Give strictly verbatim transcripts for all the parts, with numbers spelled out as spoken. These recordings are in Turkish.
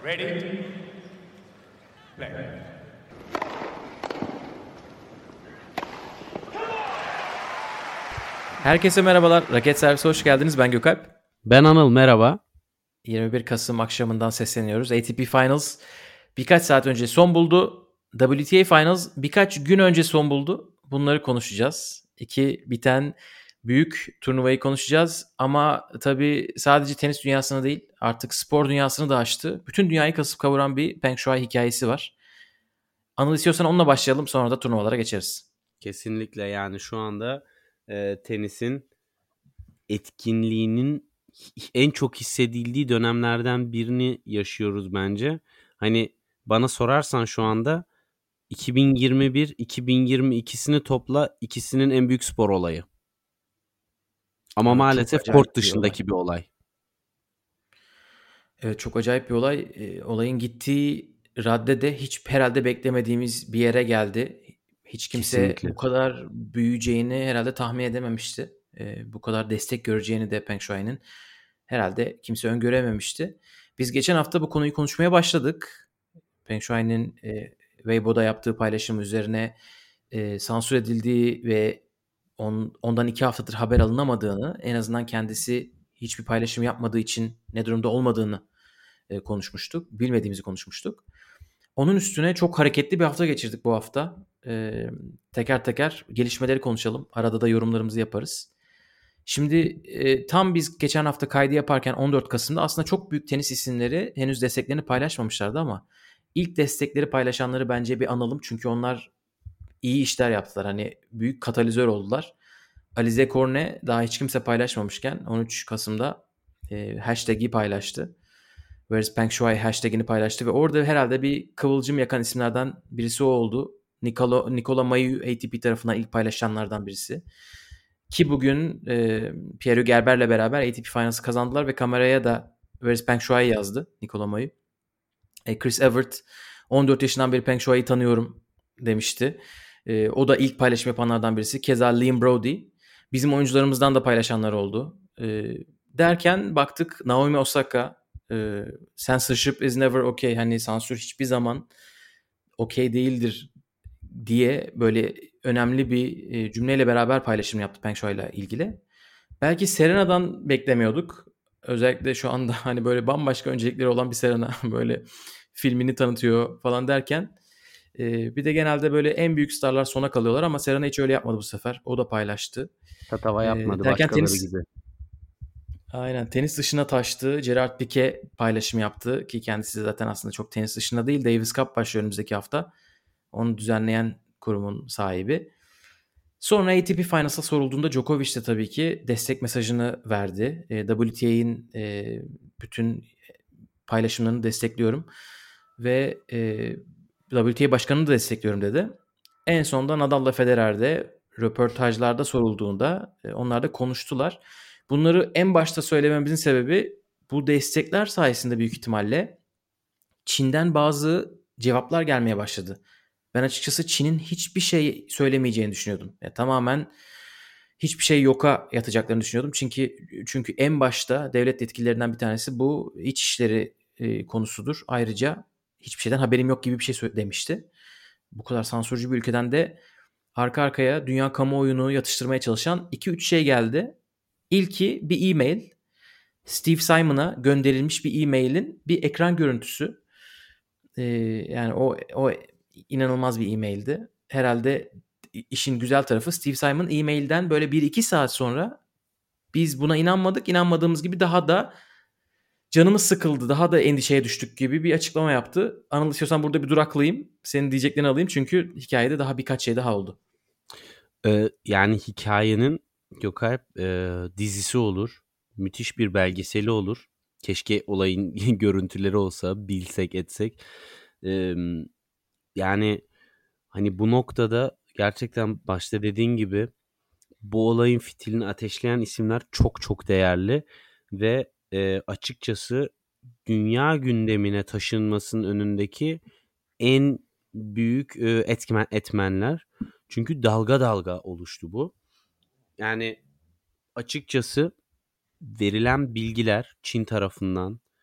Ready? Play. Herkese merhabalar. Raket Servisi hoş geldiniz. Ben Gökalp. Ben Anıl, merhaba. yirmi bir Kasım akşamından sesleniyoruz. A T P Finals birkaç saat önce son buldu. W T A Finals birkaç gün önce son buldu. Bunları konuşacağız. İki biten büyük turnuvayı konuşacağız. Ama tabii sadece tenis dünyasını değil, artık spor dünyasını da açtı. Bütün dünyayı kasıp kavuran bir Peng Shuai hikayesi var. Anıl, istiyorsan onunla başlayalım, sonra da turnuvalara geçeriz. Kesinlikle, yani şu anda e, tenisin etkinliğinin en çok hissedildiği dönemlerden birini yaşıyoruz bence. Hani bana sorarsan şu anda iki bin yirmi bir iki bin yirmi ikisini topla, ikisinin en büyük spor olayı. Ama Evet, maalesef kort dışındaki bir olay. Evet, çok acayip bir olay. E, olayın gittiği radde de hiç herhalde beklemediğimiz bir yere geldi. Hiç kimse Kesinlikle. bu kadar büyüyeceğini herhalde tahmin edememişti. E, bu kadar destek göreceğini de Peng Shuai'nin herhalde kimse öngörememişti. Biz geçen hafta bu konuyu konuşmaya başladık. Peng Shuai'nin e, Weibo'da yaptığı paylaşım üzerine e, sansür edildiği ve on, ondan iki haftadır haber alınamadığını, en azından kendisi hiçbir paylaşım yapmadığı için ne durumda olmadığını e, konuşmuştuk. Bilmediğimizi konuşmuştuk. Onun üstüne çok hareketli bir hafta geçirdik bu hafta. E, teker teker gelişmeleri konuşalım. Arada da yorumlarımızı yaparız. Şimdi e, tam biz geçen hafta kaydı yaparken on dört Kasım'da aslında çok büyük tenis isimleri henüz desteklerini paylaşmamışlardı ama ilk destekleri paylaşanları bence bir analım. Çünkü onlar iyi işler yaptılar. Hani büyük katalizör oldular. Alize Cornet daha hiç kimse paylaşmamışken on üç Kasım'da e, hashtag'i paylaştı. Where's Peng Shuai hashtag'ini paylaştı ve orada herhalde bir kıvılcım yakan isimlerden birisi o oldu. Nicola, Nicola Mayu A T P tarafından ilk paylaşanlardan birisi. Ki bugün e, Pierre Gerber'le beraber A T P Finals'ı kazandılar ve kameraya da Where's Peng Shuai yazdı Nicola Mayu. E, Chris Evert on dört yaşından beri Peng Shuai'yi tanıyorum demişti. E, o da ilk paylaşım yapanlardan birisi. Keza Liam Brody. Bizim oyuncularımızdan da paylaşanlar oldu. E, derken baktık Naomi Osaka, e, censorship is never okay. Hani sansür hiçbir zaman okay değildir diye böyle önemli bir e, cümleyle beraber paylaşım yaptı Peng Shuai'yle ilgili. Belki Serena'dan beklemiyorduk. Özellikle şu anda hani böyle bambaşka öncelikleri olan bir Serena böyle filmini tanıtıyor falan derken e, bir de genelde böyle en büyük starlar sona kalıyorlar ama Serena hiç öyle yapmadı bu sefer. O da paylaştı. Tatava yapmadı, E, derken başkaları tenis gibi. aynen tenis dışına taştı. Gerard Piqué paylaşım yaptı ki kendisi zaten aslında çok tenis dışında değil. Davis Cup başlıyor önümüzdeki hafta. Onu düzenleyen kurumun sahibi. Sonra A T P Finals'a sorulduğunda Djokovic de tabii ki destek mesajını verdi. E, W T A'in e, bütün paylaşımlarını destekliyorum ve e, W T A başkanını da destekliyorum dedi. En sonunda Nadal'la Federer de röportajlarda sorulduğunda e, onlar da konuştular. Bunları en başta söylememizin sebebi bu destekler sayesinde büyük ihtimalle Çin'den bazı cevaplar gelmeye başladı. Ben açıkçası Çin'in hiçbir şey söylemeyeceğini düşünüyordum. Yani tamamen hiçbir şey yoka yatacaklarını düşünüyordum. Çünkü çünkü en başta devlet yetkililerinden bir tanesi bu iç işleri e, konusudur. Ayrıca hiçbir şeyden haberim yok gibi bir şey demişti. Bu kadar sansürcü bir ülkeden de arka arkaya dünya kamuoyunu yatıştırmaya çalışan iki üç şey geldi. İlki bir e-mail. Steve Simon'a gönderilmiş bir e-mailin bir ekran görüntüsü. Ee, yani o o inanılmaz bir e-maildi. Herhalde işin güzel tarafı Steve Simon e-mailden böyle bir iki saat sonra biz buna inanmadık. İnanmadığımız gibi daha da canımız sıkıldı. Daha da endişeye düştük gibi bir açıklama yaptı. Anıl, istiyorsan burada bir duraklayayım. Senin diyeceklerini alayım çünkü hikayede daha birkaç şey daha oldu. Ee, yani hikayenin Gökalp e, dizisi olur. Müthiş bir belgeseli olur. Keşke olayın görüntüleri olsa, bilsek etsek. Ee, yani hani bu noktada gerçekten başta dediğin gibi bu olayın fitilini ateşleyen isimler çok çok değerli ve e, açıkçası dünya gündemine taşınmasının önündeki en büyük e, etmen etmenler. Çünkü dalga dalga oluştu bu. Yani açıkçası verilen bilgiler Çin tarafından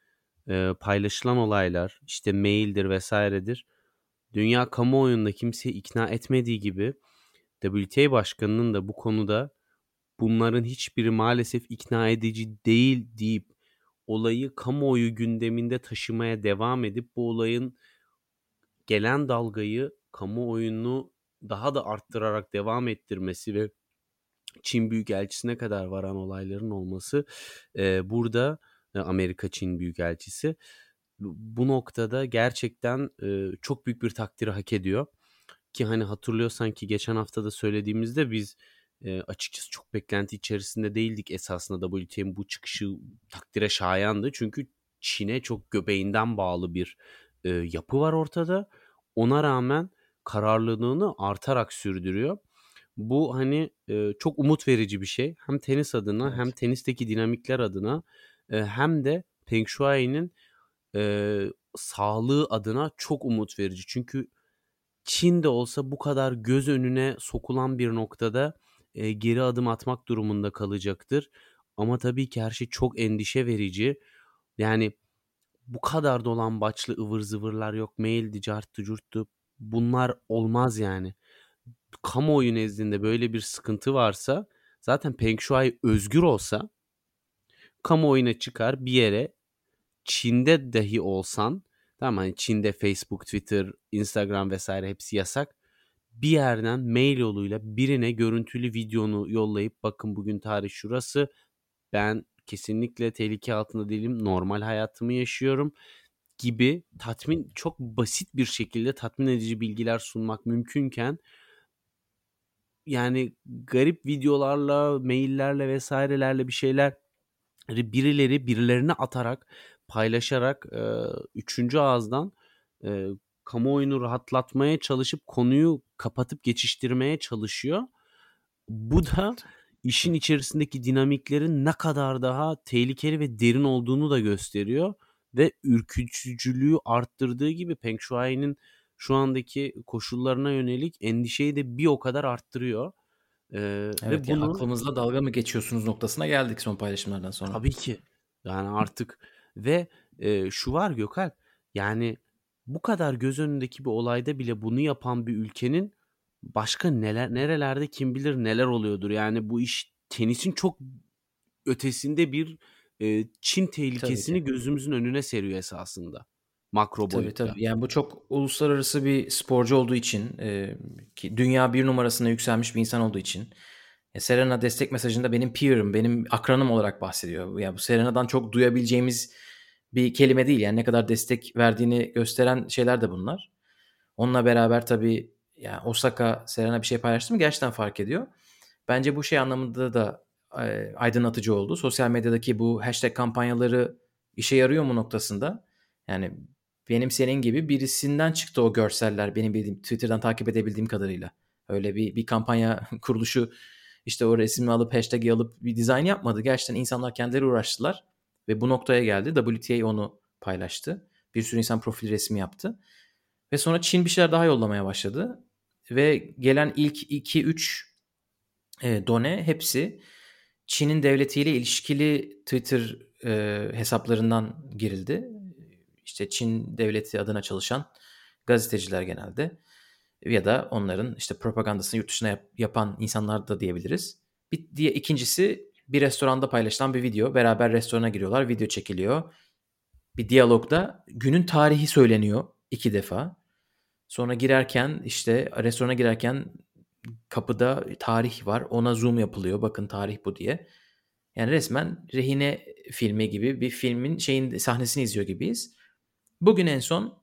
e, paylaşılan olaylar, işte maildir vesairedir. Dünya kamuoyunda kimseyi ikna etmediği gibi W T A başkanının da bu konuda bunların hiçbiri maalesef ikna edici değil deyip olayı kamuoyu gündeminde taşımaya devam edip bu olayın gelen dalgayı kamuoyunu daha da arttırarak devam ettirmesi ve Çin Büyükelçisi'ne kadar varan olayların olması e, burada e, Amerika Çin Büyükelçisi bu noktada gerçekten e, çok büyük bir takdiri hak ediyor. Ki hani hatırlıyorsan ki geçen hafta da söylediğimizde biz e, açıkçası çok beklenti içerisinde değildik esasında W T O'nun bu çıkışı takdire şayandı. Çünkü Çin'e çok göbeğinden bağlı bir e, yapı var ortada. Ona rağmen kararlılığını artarak sürdürüyor. Bu hani e, çok umut verici bir şey. Hem tenis adına Evet. hem tenisteki dinamikler adına e, hem de Peng Shuai'nin e, sağlığı adına çok umut verici. Çünkü Çin'de olsa bu kadar göz önüne sokulan bir noktada e, geri adım atmak durumunda kalacaktır. Ama tabii ki her şey çok endişe verici. Yani bu kadar dolambaçlı ıvır zıvırlar yok. Maildi, carttı, curttu. Bunlar olmaz yani. Kamuoyu nezdinde böyle bir sıkıntı varsa zaten Peng Shuai özgür olsa kamuoyuna çıkar bir yere Çin'de dahi olsan tamam hani Çin'de Facebook, Twitter, Instagram vesaire hepsi yasak. Bir yerden mail yoluyla birine görüntülü videonu yollayıp bakın bugün tarih şurası. Ben kesinlikle tehlike altında değilim. Normal hayatımı yaşıyorum gibi tatmin çok basit bir şekilde tatmin edici bilgiler sunmak mümkünken yani garip videolarla, maillerle vesairelerle bir şeyler birileri birilerine atarak, paylaşarak e, üçüncü ağızdan e, kamuoyunu rahatlatmaya çalışıp konuyu kapatıp geçiştirmeye çalışıyor. Bu da işin içerisindeki dinamiklerin ne kadar daha tehlikeli ve derin olduğunu da gösteriyor ve ürkütücülüğü arttırdığı gibi Peng Shuai'nin şu andaki koşullarına yönelik endişeyi de bir o kadar arttırıyor. Ee, ve Evet ya, bunu aklımızla dalga mı geçiyorsunuz noktasına geldik son paylaşımlardan sonra. tabii ki yani artık ve e, şu var Gökalp yani bu kadar göz önündeki bir olayda bile bunu yapan bir ülkenin başka neler nerelerde kim bilir neler oluyordur. Yani bu iş tenisin çok ötesinde bir e, Çin Tabii tehlikesini ki. gözümüzün önüne seriyor esasında makro Tabii boyutta. tabii. Yani bu çok uluslararası bir sporcu olduğu için, e, ki dünya bir numarasına yükselmiş bir insan olduğu için. E, Serena destek mesajında benim peer'ım, benim akranım olarak bahsediyor. Yani bu Serena'dan çok duyabileceğimiz bir kelime değil. Yani ne kadar destek verdiğini gösteren şeyler de bunlar. Onunla beraber tabii yani Osaka, Serena bir şey paylaştı mı gerçekten fark ediyor. Bence bu şey anlamında da e, aydınlatıcı oldu. Sosyal medyadaki bu hashtag kampanyaları işe yarıyor mu noktasında. Yani benim senin gibi birisinden çıktı o görseller, benim bildiğim Twitter'dan takip edebildiğim kadarıyla. Öyle bir bir kampanya kuruluşu işte o resmi alıp hashtag'i alıp bir dizayn yapmadı. Gerçekten insanlar kendileri uğraştılar ve bu noktaya geldi. W T A onu paylaştı. Bir sürü insan profil resmi yaptı. Ve sonra Çin bir şeyler daha yollamaya başladı. Ve gelen ilk iki üç e, done hepsi Çin'in devletiyle ilişkili Twitter e, hesaplarından girildi. İşte Çin devleti adına çalışan gazeteciler genelde ya da onların işte propagandasını yurt dışına yap, yapan insanlar da diyebiliriz. Bir diye ikincisi bir restoranda paylaşılan bir video. Beraber restorana giriyorlar, video çekiliyor. Bir diyalogda günün tarihi söyleniyor iki defa. Sonra girerken işte restorana girerken kapıda tarih var. Ona zoom yapılıyor. Bakın tarih bu diye. Yani resmen rehine filmi gibi bir filmin şeyin sahnesini izliyor gibiyiz. Bugün en son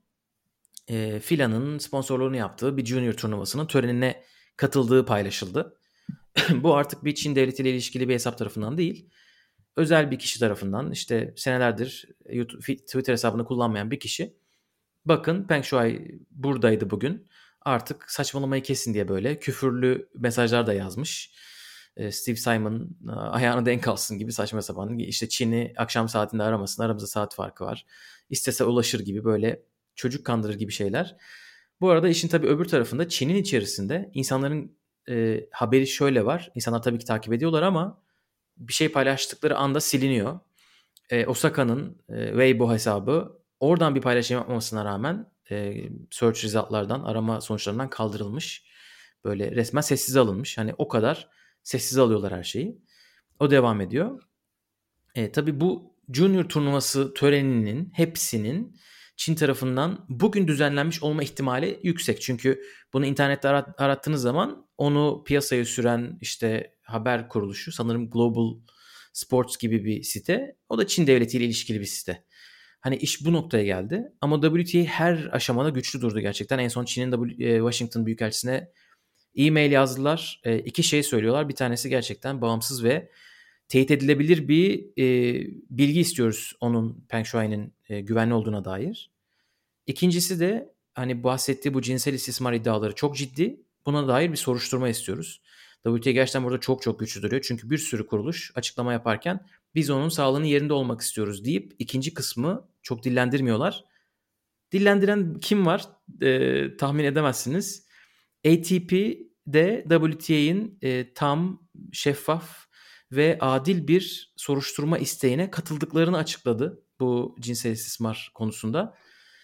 e, Fila'nın sponsorluğunu yaptığı bir junior turnuvasının törenine katıldığı paylaşıldı. Bu artık bir Çin devletiyle ilişkili bir hesap tarafından değil, özel bir kişi tarafından, işte senelerdir YouTube, Twitter hesabını kullanmayan bir kişi. Bakın Peng Shuai buradaydı bugün. Artık saçmalamayı kesin diye böyle küfürlü mesajlar da yazmış. Steve Simon ayağına denk alsın gibi saçma sapan. İşte Çin'i akşam saatinde aramasın. Aramızda saat farkı var. İstese ulaşır gibi böyle çocuk kandırır gibi şeyler. Bu arada işin tabii öbür tarafında Çin'in içerisinde insanların e, haberi şöyle var. İnsanlar tabii ki takip ediyorlar ama bir şey paylaştıkları anda siliniyor. e, Osaka'nın e, Weibo hesabı oradan bir paylaşım yapmamasına rağmen e, search result'lardan, arama sonuçlarından kaldırılmış. Böyle resmen sessize alınmış. Hani o kadar sessize alıyorlar her şeyi. O devam ediyor. E, tabii bu Junior turnuvası töreninin hepsinin Çin tarafından bugün düzenlenmiş olma ihtimali yüksek. Çünkü bunu internette arat, arattığınız zaman onu piyasaya süren işte haber kuruluşu, sanırım Global Sports gibi bir site. O da Çin devletiyle ilişkili bir site. Hani iş bu noktaya geldi. Ama W T A her aşamada güçlü durdu gerçekten. En son Çin'in W- e, Washington Büyükelçisi'ne e-mail yazdılar. E, iki şey söylüyorlar. Bir tanesi gerçekten bağımsız ve teyit edilebilir bir e, bilgi istiyoruz onun, Peng Shuai'nin e, güvenli olduğuna dair. İkincisi de hani bahsettiği bu cinsel istismar iddiaları çok ciddi. Buna dair bir soruşturma istiyoruz. W T A gerçekten burada çok çok güçlü duruyor. Çünkü bir sürü kuruluş açıklama yaparken biz onun sağlığının yerinde olmak istiyoruz deyip ikinci kısmı çok dillendirmiyorlar. Dillendiren kim var? E, tahmin edemezsiniz. A T P de W T A'nin e, tam, şeffaf ve adil bir soruşturma isteğine katıldıklarını açıkladı bu cinsel istismar konusunda.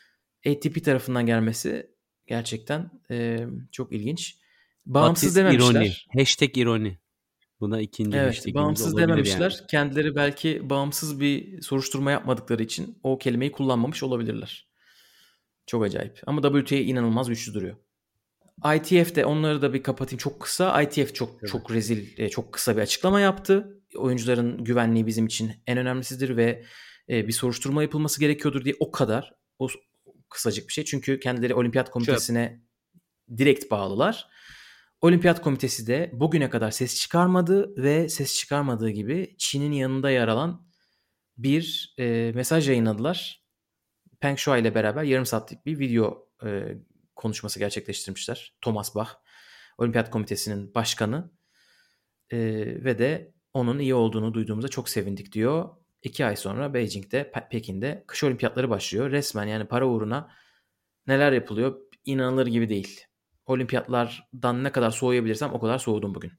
A T P tarafından gelmesi gerçekten e, çok ilginç. Bağımsız What is ironi? dememişler. Hashtag ironi. Buna ikinci Evet, hashtagimiz bağımsız olabilir dememişler. yani. Kendileri belki bağımsız bir soruşturma yapmadıkları için o kelimeyi kullanmamış olabilirler. Çok acayip. Ama W T A inanılmaz güçlü duruyor. I T F de, onları da bir kapatayım çok kısa. I T F çok Tabii. çok rezil, çok kısa bir açıklama yaptı. Oyuncuların güvenliği bizim için en önemlisidir ve bir soruşturma yapılması gerekiyordur diye, o kadar. O kısacık bir şey. Çünkü kendileri Olimpiyat Komitesi'ne Çöp. direkt bağlılar. Olimpiyat Komitesi de bugüne kadar ses çıkarmadı ve ses çıkarmadığı gibi Çin'in yanında yer alan bir e, mesaj yayınladılar. Peng Shuai ile beraber yarım saatlik bir video e, konuşması gerçekleştirmişler. Thomas Bach, Olimpiyat Komitesi'nin başkanı e, ve de onun iyi olduğunu duyduğumuza çok sevindik diyor. İki ay sonra Beijing'de, Pekin'de kış olimpiyatları başlıyor. Resmen yani para uğruna neler yapılıyor inanılır gibi değil. Olimpiyatlardan ne kadar soğuyabilirsem o kadar soğudum bugün.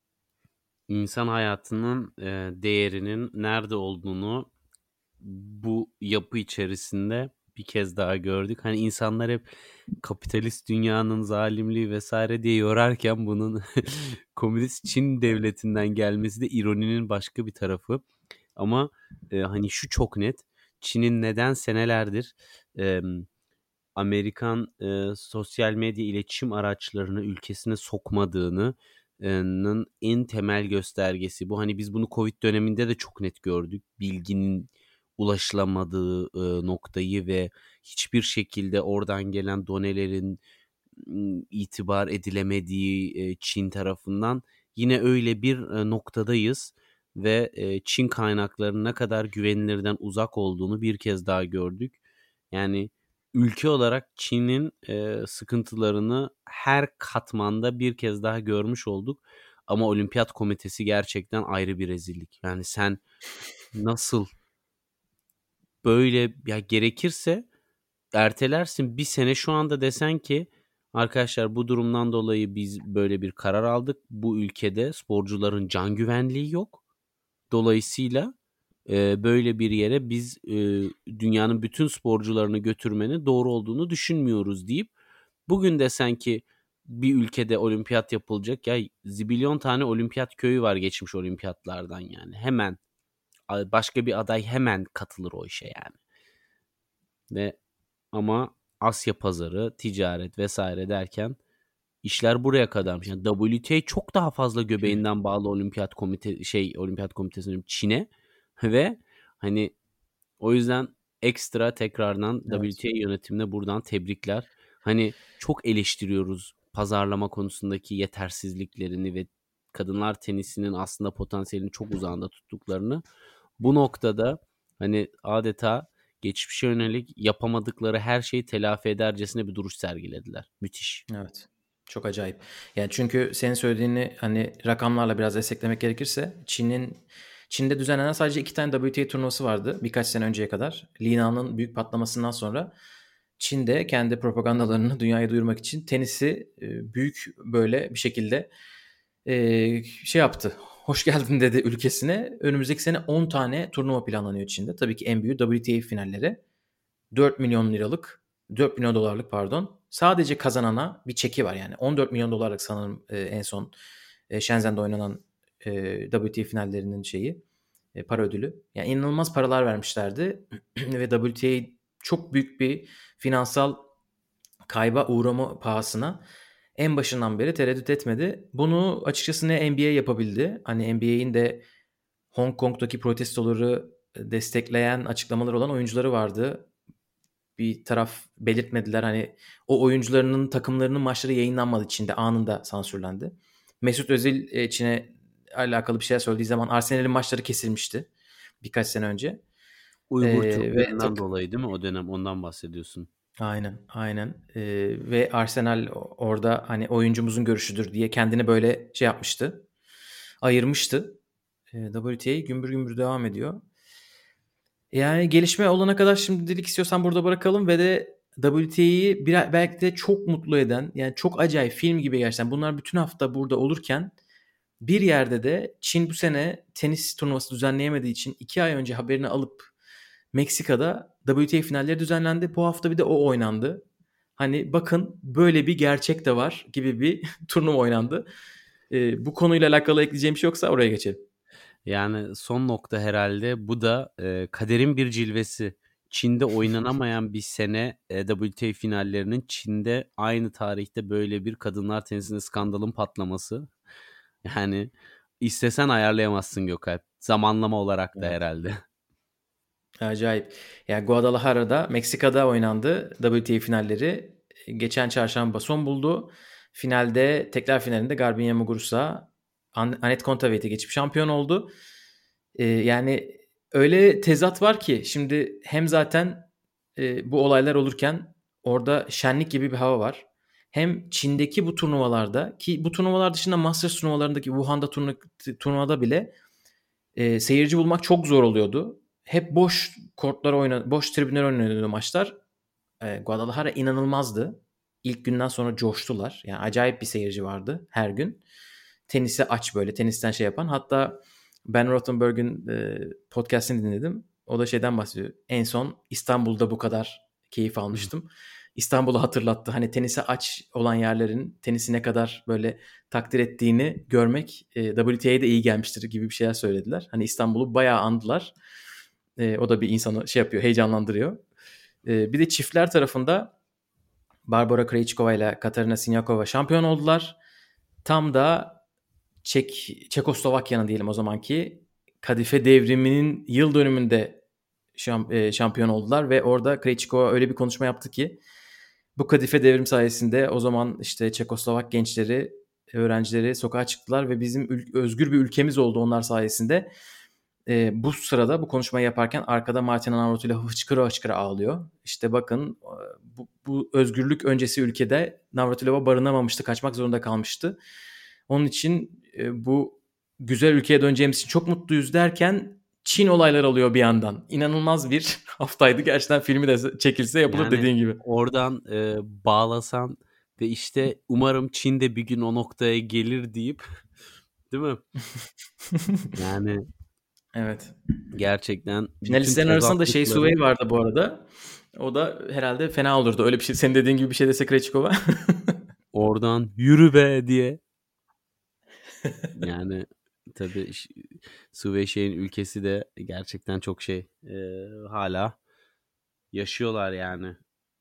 İnsan hayatının e, değerinin nerede olduğunu bu yapı içerisinde bir kez daha gördük. Hani insanlar hep kapitalist dünyanın zalimliği vesaire diye yorarken bunun komünist Çin devletinden gelmesi de ironinin başka bir tarafı. Ama e, hani şu çok net. Çin'in neden senelerdir e, Amerikan e, sosyal medya iletişim araçlarını ülkesine sokmadığının en temel göstergesi bu. Hani biz bunu Covid döneminde de çok net gördük. Bilginin ulaşılamadığı e, noktayı ve hiçbir şekilde oradan gelen donelerin m, itibar edilemediği e, Çin tarafından yine öyle bir e, noktadayız ve e, Çin kaynaklarının ne kadar güvenilirden uzak olduğunu bir kez daha gördük. Yani ülke olarak Çin'in e, sıkıntılarını her katmanda bir kez daha görmüş olduk. Ama Olimpiyat Komitesi gerçekten ayrı bir rezillik. Yani sen nasıl böyle, ya gerekirse ertelersin bir sene, şu anda desen ki arkadaşlar bu durumdan dolayı biz böyle bir karar aldık. Bu ülkede sporcuların can güvenliği yok. Dolayısıyla e, böyle bir yere biz e, dünyanın bütün sporcularını götürmenin doğru olduğunu düşünmüyoruz deyip bugün desen ki bir ülkede olimpiyat yapılacak, ya zibilyon tane olimpiyat köyü var geçmiş olimpiyatlardan, yani hemen başka bir aday hemen katılır o işe yani. Ve ama Asya pazarı, ticaret vesaire derken işler buraya kadarmış. Yani W T A çok daha fazla göbeğinden bağlı olimpiyat komite şey olimpiyat komitesinin Çin'e ve hani o yüzden ekstra tekrardan Evet. W T A yönetimine buradan tebrikler. Hani çok eleştiriyoruz pazarlama konusundaki yetersizliklerini ve kadınlar tenisinin aslında potansiyelini çok uzağında tuttuklarını. Bu noktada hani adeta geçmişe yönelik yapamadıkları her şeyi telafi edercesine bir duruş sergilediler. Müthiş. Evet. Çok acayip. Yani çünkü senin söylediğini hani rakamlarla biraz desteklemek gerekirse, Çin'in Çin'de düzenlenen sadece iki tane W T A turnuvası vardı birkaç sene önceye kadar. Lina'nın büyük patlamasından sonra Çin'de kendi propagandalarını dünyaya duyurmak için tenisi büyük böyle bir şekilde şey yaptı. hoş geldin dedi ülkesine. Önümüzdeki sene on tane turnuva planlanıyor Çin'de. Tabii ki en büyüğü W T A finalleri. dört milyon liralık, dört milyon dolarlık pardon. Sadece kazanana bir çeki var yani. on dört milyon dolarlık sanırım e, en son e, Shenzhen'de oynanan e, W T A finallerinin şeyi, e, para ödülü. Yani inanılmaz paralar vermişlerdi ve W T A çok büyük bir finansal kayba uğrama pahasına en başından beri tereddüt etmedi. Bunu açıkçası ne N B A yapabildi. Hani N B A'in de Hong Kong'daki protestoları destekleyen açıklamalar olan oyuncuları vardı. Bir taraf belirtmediler. Hani o oyuncularının takımlarının maçları yayınlanmadı Çin'de. Anında sansürlendi. Mesut Özil Çin'e alakalı bir şeyler söylediği zaman Arsenal'in maçları kesilmişti birkaç sene önce. Uygur Ee, Türklerinden tak- dolayı değil mi o dönem? Ondan bahsediyorsun. Aynen, aynen. Ee, ve Arsenal orada hani oyuncumuzun görüşüdür diye kendini böyle şey yapmıştı. Ayırmıştı. Ee, W T A gümbür gümbür devam ediyor. Yani gelişme olana kadar şimdilik istiyorsan burada bırakalım ve de W T A'yı bir, belki de çok mutlu eden, yani çok acayip film gibi gerçekten bunlar bütün hafta burada olurken bir yerde de Çin bu sene tenis turnuvası düzenleyemediği için iki ay önce haberini alıp Meksika'da W T A finalleri düzenlendi. Bu hafta bir de o oynandı. Hani bakın böyle bir gerçek de var gibi bir turnuva oynandı. Ee, bu konuyla alakalı ekleyeceğim bir şey yoksa oraya geçelim. Yani son nokta herhalde bu da e, kaderin bir cilvesi. Çin'de oynanamayan bir sene e, W T A finallerinin Çin'de aynı tarihte böyle bir kadınlar tenisinde skandalın patlaması. Yani istesen ayarlayamazsın Gökalp. Zamanlama olarak da Evet. herhalde. Acayip. Yani Guadalajara'da, Meksika'da oynandı W T A finalleri. Geçen çarşamba son buldu. Finalde, tekrar finalinde Garbiñe Muguruza An- Anett Kontaveit geçip şampiyon oldu. Ee, yani öyle tezat var ki şimdi hem zaten e, bu olaylar olurken orada şenlik gibi bir hava var. Hem Çin'deki bu turnuvalarda, ki bu turnuvalar dışında Masters turnuvalarındaki Wuhan'da turnu, turnuvada bile e, seyirci bulmak çok zor oluyordu. Hep boş kortlar oynadı, boş tribünler oynanıyordu maçlar. E, Guadalajara inanılmazdı. İlk günden sonra coştular. Yani acayip bir seyirci vardı her gün. Tenisi aç böyle, tenisten şey yapan. Hatta Ben Rothenberg'in e, podcast'ini dinledim. O da şeyden bahsediyor. En son İstanbul'da bu kadar keyif almıştım. İstanbul'u hatırlattı. Hani tenise aç olan yerlerin tenisi ne kadar böyle takdir ettiğini görmek e, W T A'ya da iyi gelmiştir gibi bir şeyler söylediler. Hani İstanbul'u bayağı andılar. E, o da bir insanı şey yapıyor, heyecanlandırıyor. E, bir de çiftler tarafında Barbara Krejcikova ile Katarina Siniakova şampiyon oldular. Tam da Çek Çekoslovakya'nın diyelim o zamanki Kadife devriminin yıl dönümünde şamp- e, şampiyon oldular ve orada Krejcikova öyle bir konuşma yaptı ki bu Kadife devrim sayesinde o zaman işte Çekoslovak gençleri, öğrencileri sokağa çıktılar ve bizim ül- özgür bir ülkemiz oldu onlar sayesinde. E, bu sırada bu konuşmayı yaparken arkada Martina Navratilova hıçkıra hıçkıra ağlıyor. İşte bakın bu, bu özgürlük öncesi ülkede Navratilova barınamamıştı, kaçmak zorunda kalmıştı. Onun için e, bu güzel ülkeye döneceğimiz için çok mutluyuz derken Çin olaylar oluyor bir yandan. İnanılmaz bir haftaydı. Gerçekten filmi de çekilse yapılır Yani dediğin gibi. oradan e, bağlasan ve işte umarım Çin de bir gün o noktaya gelir deyip değil mi? Yani Evet. gerçekten bütün Finalistlerin arasında da şey tezatlıkları Suvey vardı bu arada. O da herhalde fena olurdu. Öyle bir şey, senin dediğin gibi bir şey dese Krejcikova. oradan yürü be diye. Yani tabii ş- Süveyşehir'in ülkesi de gerçekten çok şey e, hala yaşıyorlar yani.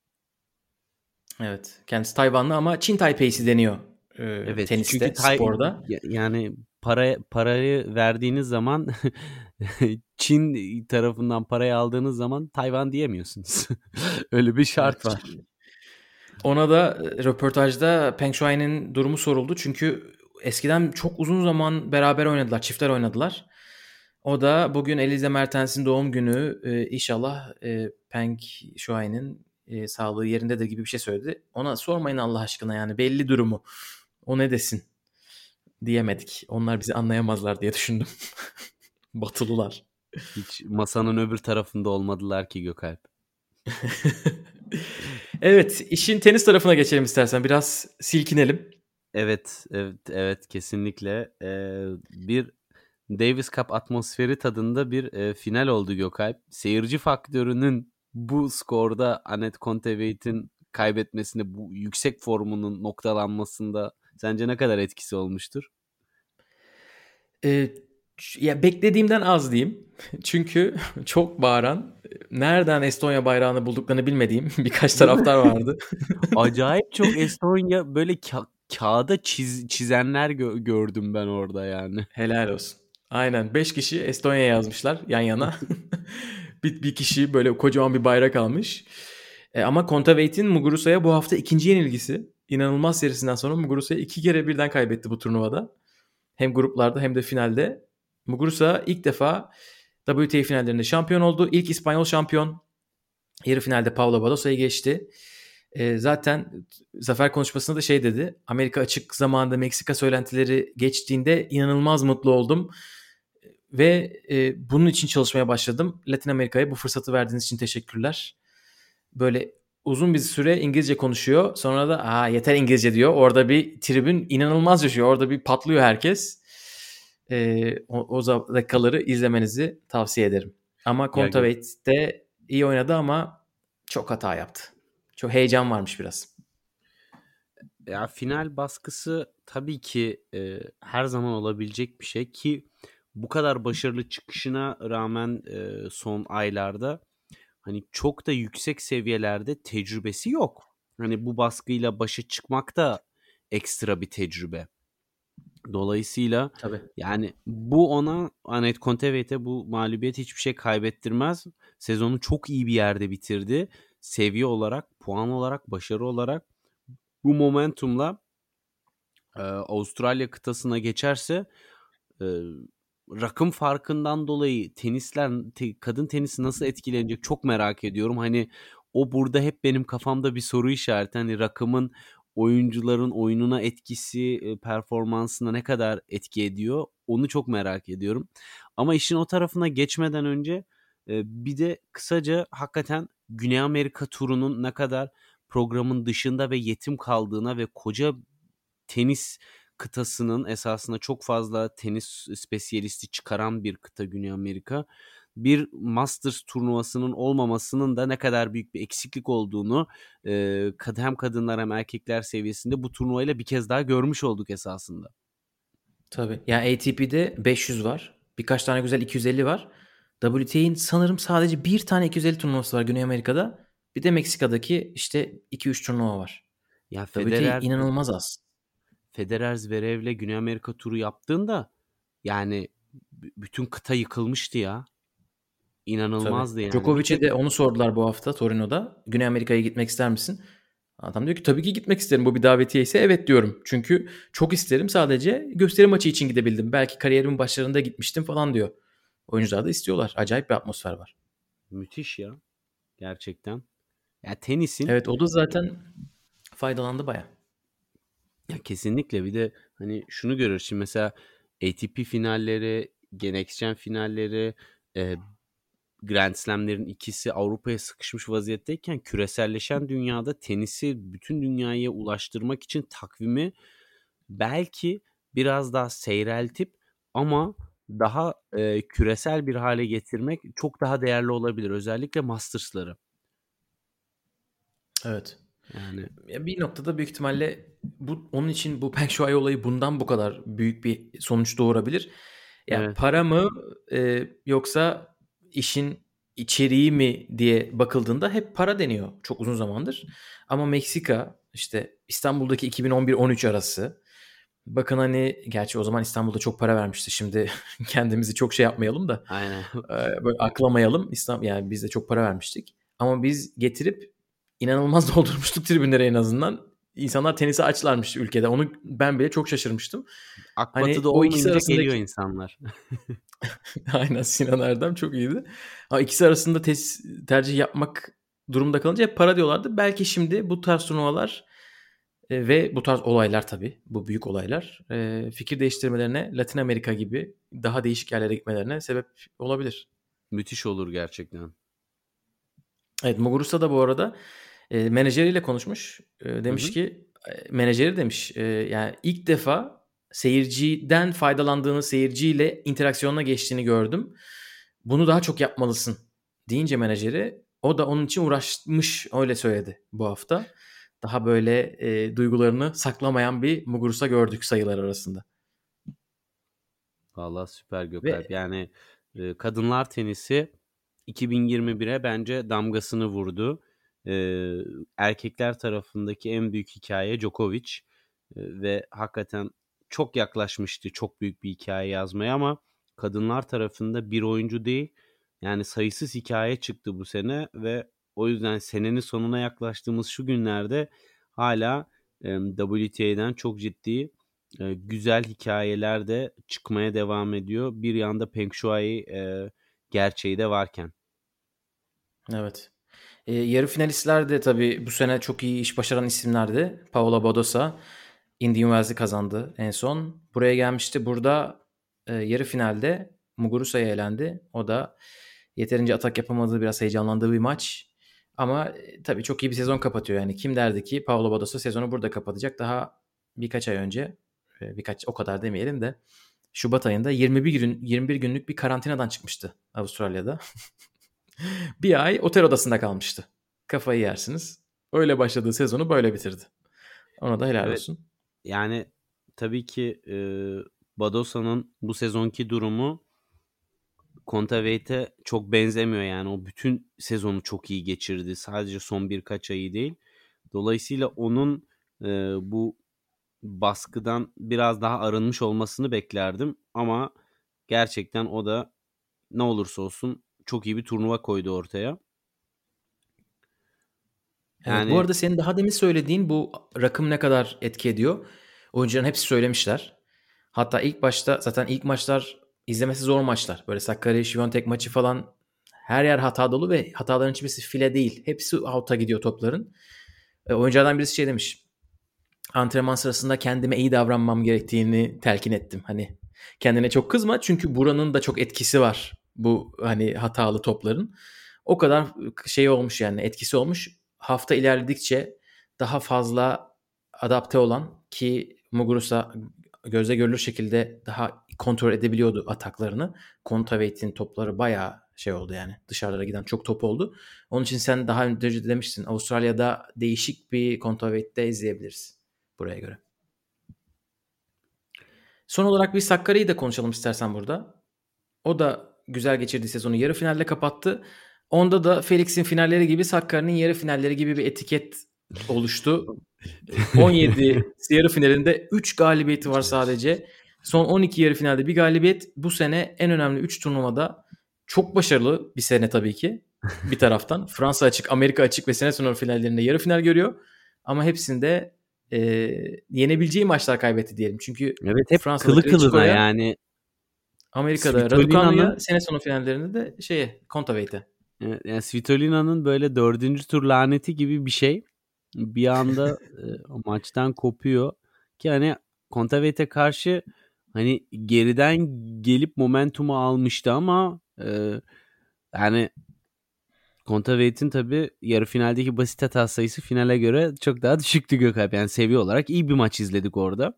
Evet. Kendisi Tayvanlı ama Çin Taipei'si deniyor e, Evet çünkü teniste, tay, sporda. ya- yani para parayı verdiğiniz zaman Çin tarafından parayı aldığınız zaman Tayvan diyemiyorsunuz. Öyle bir şart Evet var. Ona da e, röportajda Peng Shuai'nin durumu soruldu. Çünkü eskiden çok uzun zaman beraber oynadılar, çiftler oynadılar. O da bugün Elize Mertens'in doğum günü. E, inşallah e, Peng Shuai'nin e, sağlığı yerindedir gibi bir şey söyledi. Ona sormayın Allah aşkına yani belli durumu. O ne desin diyemedik. Onlar bizi anlayamazlar diye düşündüm. Batılılar. Hiç masanın öbür tarafında olmadılar ki Gökalp. Evet, işin tenis tarafına geçelim istersen. Biraz silkinelim. Evet, evet, evet kesinlikle. Ee, bir Davis Cup atmosferi tadında bir e, final oldu Gökalp. Seyirci faktörünün bu skorda Anett Kontaveit kaybetmesinde, bu yüksek formunun noktalanmasında sence ne kadar etkisi olmuştur? Ee, ya beklediğimden az diyeyim. Çünkü çok bağıran, nereden Estonya bayrağını bulduklarını bilmediğim birkaç taraftar vardı. Acayip çok Estonya böyle ka- kağıda çiz- çizenler gö- gördüm ben orada yani. Helal olsun. Aynen beş kişi Estonya yazmışlar yan yana. bir, bir kişi böyle kocaman bir bayrak almış. E, ama Kontaveit'in Muguruza'ya bu hafta ikinci yenilgisi. İnanılmaz serisinden sonra Muguruza'ya iki kere birden kaybetti bu turnuvada. Hem gruplarda hem de finalde. Muguruza ilk defa W T A finallerinde şampiyon oldu. İlk İspanyol şampiyon. Yarı finalde Pablo Badosa'yı geçti. E, zaten zafer konuşmasında da şey dedi. Amerika açık zamanında Meksika söylentileri geçtiğinde inanılmaz mutlu oldum. Ve e, bunun için çalışmaya başladım. Latin Amerika'ya bu fırsatı verdiğiniz için teşekkürler. Böyle uzun bir süre İngilizce konuşuyor. Sonra da aa yeter İngilizce diyor. Orada bir tribün inanılmaz yaşıyor. Orada bir patlıyor herkes. E, o, o dakikaları izlemenizi tavsiye ederim. Ama Kontaveit de iyi oynadı ama çok hata yaptı. Çok heyecan varmış biraz. Ya final baskısı tabii ki e, her zaman olabilecek bir şey ki bu kadar başarılı çıkışına rağmen e, son aylarda hani çok da yüksek seviyelerde tecrübesi yok. Hani bu baskıyla başa çıkmak da ekstra bir tecrübe. Dolayısıyla Tabii. yani bu ona, Anett Kontaveit'e bu mağlubiyet hiçbir şey kaybettirmez. Sezonu çok iyi bir yerde bitirdi. Seviye olarak, puan olarak, başarı olarak bu momentumla e, Avustralya kıtasına geçerse e, rakım farkından dolayı tenisler, te, kadın tenisi nasıl etkilenecek çok merak ediyorum. Hani o burada hep benim kafamda bir soru işareti. Hani rakımın oyuncuların oyununa etkisi, e, performansına ne kadar etki ediyor onu çok merak ediyorum. Ama işin o tarafına geçmeden önce e, bir de kısaca hakikaten Güney Amerika turunun ne kadar programın dışında ve yetim kaldığına ve koca tenis kıtasının esasında çok fazla tenis spesiyalisti çıkaran bir kıta Güney Amerika. Bir Masters turnuvasının olmamasının da ne kadar büyük bir eksiklik olduğunu e, hem kadınlar hem erkekler seviyesinde bu turnuvayla bir kez daha görmüş olduk esasında. Tabii. Yani A T P'de beş yüz var. Birkaç tane güzel iki yüz elli var. W T A'nin sanırım sadece bir tane iki yüz elli turnuvası var Güney Amerika'da. Bir de Meksika'daki işte iki üç turnuva var. Ya W T A Federer inanılmaz az. Federer Zverev'le Güney Amerika turu yaptığında yani b- bütün kıta yıkılmıştı ya. Tabii. İnanılmazdı yani. Bir Djokovic'e tek de onu sordular bu hafta Torino'da. Güney Amerika'ya gitmek ister misin? Adam diyor ki tabii ki gitmek isterim. Bu bir davetiye ise evet diyorum. Çünkü çok isterim, sadece gösteri maçı için gidebildim. Belki kariyerimin başlarında gitmiştim falan diyor. Oyuncular da istiyorlar. Acayip bir atmosfer var. müthiş ya gerçekten. Ya tenisin Evet, o da zaten faydalandı baya. ya kesinlikle, bir de hani şunu görür şimdi mesela A T P finalleri, Next Gen finalleri, e, Grand Slam'lerin ikisi Avrupa'ya sıkışmış vaziyetteyken küreselleşen dünyada tenisi bütün dünyaya ulaştırmak için takvimi belki biraz daha seyreltip ama daha e, küresel bir hale getirmek çok daha değerli olabilir. Özellikle Masters'ları. Evet. Yani Ya bir noktada büyük ihtimalle bu onun için bu Peng Shuai olayı bundan bu kadar büyük bir sonuç doğurabilir. Ya evet. para mı e, yoksa işin içeriği mi diye bakıldığında hep para deniyor çok uzun zamandır. Ama Meksika, işte İstanbul'daki iki bin on bir on üç arası. Bakın hani gerçi o zaman İstanbul'da çok para vermişti. Şimdi kendimizi çok şey yapmayalım da Aynen. e, böyle aklamayalım. İstanbul, yani biz de çok para vermiştik. Ama biz getirip inanılmaz doldurmuştuk tribünlere en azından. İnsanlar tenisi açlarmış ülkede. Onu ben bile çok şaşırmıştım. Hani Akbatı'da o ikisi olmayınca geliyor arasındaki insanlar. aynen, Sinan Erdem çok iyiydi. Ama ikisi arasında tes, tercih yapmak durumda kalınca hep para diyorlardı. Belki şimdi bu tarz turnuvalar e, ve bu tarz olaylar, tabii bu büyük olaylar e, fikir değiştirmelerine, Latin Amerika gibi daha değişik yerlere gitmelerine sebep olabilir. Müthiş olur gerçekten. Evet, Muguruza da bu arada e, menajeriyle konuşmuş. E, Hı demiş hı. ki e, menajeri demiş e, yani ilk defa seyirciden faydalandığını, seyirciyle interaksiyonuna geçtiğini gördüm. Bunu daha çok yapmalısın deyince menajeri, o da onun için uğraşmış, öyle söyledi bu hafta. Daha böyle e, duygularını saklamayan bir Muguruza gördük sayılar arasında. Vallahi süper Gökalp. Ve Yani e, kadınlar tenisi iki bin yirmi bire bence damgasını vurdu. E, erkekler tarafındaki en büyük hikaye Djokovic. E, ve hakikaten çok yaklaşmıştı çok büyük bir hikaye yazmaya ama kadınlar tarafında bir oyuncu değil, yani sayısız hikaye çıktı bu sene ve o yüzden senenin sonuna yaklaştığımız şu günlerde hala e, W T A'den çok ciddi e, güzel hikayeler de çıkmaya devam ediyor. Bir yanda Peng Shuai e, gerçeği de varken. evet. E, yarı finalistler de tabii bu sene çok iyi iş başaran isimlerdi. Paola Badosa Indian Wells'i kazandı en son. Buraya gelmişti. Burada e, yarı finalde Muguruza'ya elendi. O da yeterince atak yapamadığı, biraz heyecanlandığı bir maç. Ama e, tabii çok iyi bir sezon kapatıyor. Yani kim derdi ki Paola Badosa sezonu burada kapatacak. Daha birkaç ay önce, e, birkaç o kadar demeyelim de, Şubat ayında yirmi bir gün yirmi bir günlük bir karantinadan çıkmıştı Avustralya'da. Bir ay otel odasında kalmıştı. Kafayı yersiniz. Öyle başladığı sezonu böyle bitirdi. Ona da helal Evet, olsun. yani tabii ki e, Badosa'nın bu sezonki durumu Kontaveit'e çok benzemiyor, yani o bütün sezonu çok iyi geçirdi. Sadece son birkaç ayı değil. Dolayısıyla onun e, bu baskıdan biraz daha arınmış olmasını beklerdim. Ama gerçekten o da ne olursa olsun çok iyi bir turnuva koydu ortaya. Evet, bu Yani arada senin daha demin söylediğin bu rakım ne kadar etki ediyor? Oyuncuların hepsi söylemişler. Hatta ilk başta zaten ilk maçlar izlemesi zor maçlar. Böyle Sakkari, Świątek maçı falan her yer hata dolu ve hataların hiçbirisi file değil. Hepsi out'a gidiyor topların. E, oyunculardan birisi şey demiş. Antrenman sırasında kendime iyi davranmam gerektiğini telkin ettim. Hani kendine çok kızma çünkü buranın da çok etkisi var bu hani hatalı topların. O kadar şey olmuş, yani etkisi olmuş. Hafta ilerledikçe daha fazla adapte olan, ki Muguruza gözle görülür şekilde daha kontrol edebiliyordu ataklarını. Kontaveit'in topları bayağı şey oldu, yani dışarılara giden çok top oldu. Onun için sen daha önce demiştin, Avustralya'da değişik bir Kontaveit'te izleyebiliriz buraya göre. Son olarak bir Sakkari'yi de konuşalım istersen burada. O da güzel geçirdiği sezonu yarı finalde kapattı. Onda da Felix'in finalleri gibi Sakkari'nin yarı finalleri gibi bir etiket oluştu. on yedi yarı finalinde üç galibiyeti var sadece. Son on iki yarı finalde bir galibiyet. Bu sene en önemli üç turnuvada çok başarılı bir sene tabii ki. Bir taraftan Fransa açık, Amerika açık ve sene sonu finallerinde yarı final görüyor. Ama hepsinde e, yenebileceği maçlar kaybetti diyelim. Çünkü evet, hep Fransa'da kılı kılına Krejciko'ya, yani. Amerika'da Raducanu'ya, Svitolina'nın sene sonu finallerinde de şeye, Kontaveit'e. Evet, yani Svitolina'nın böyle dördüncü tur laneti gibi bir şey. Bir anda e, maçtan kopuyor. Ki hani Kontaveit'e karşı hani geriden gelip momentumu almıştı ama e, yani Kontaveit'in tabii yarı finaldeki basit hata sayısı finale göre çok daha düşüktü Gökalp. Yani seviye olarak iyi bir maç izledik orada.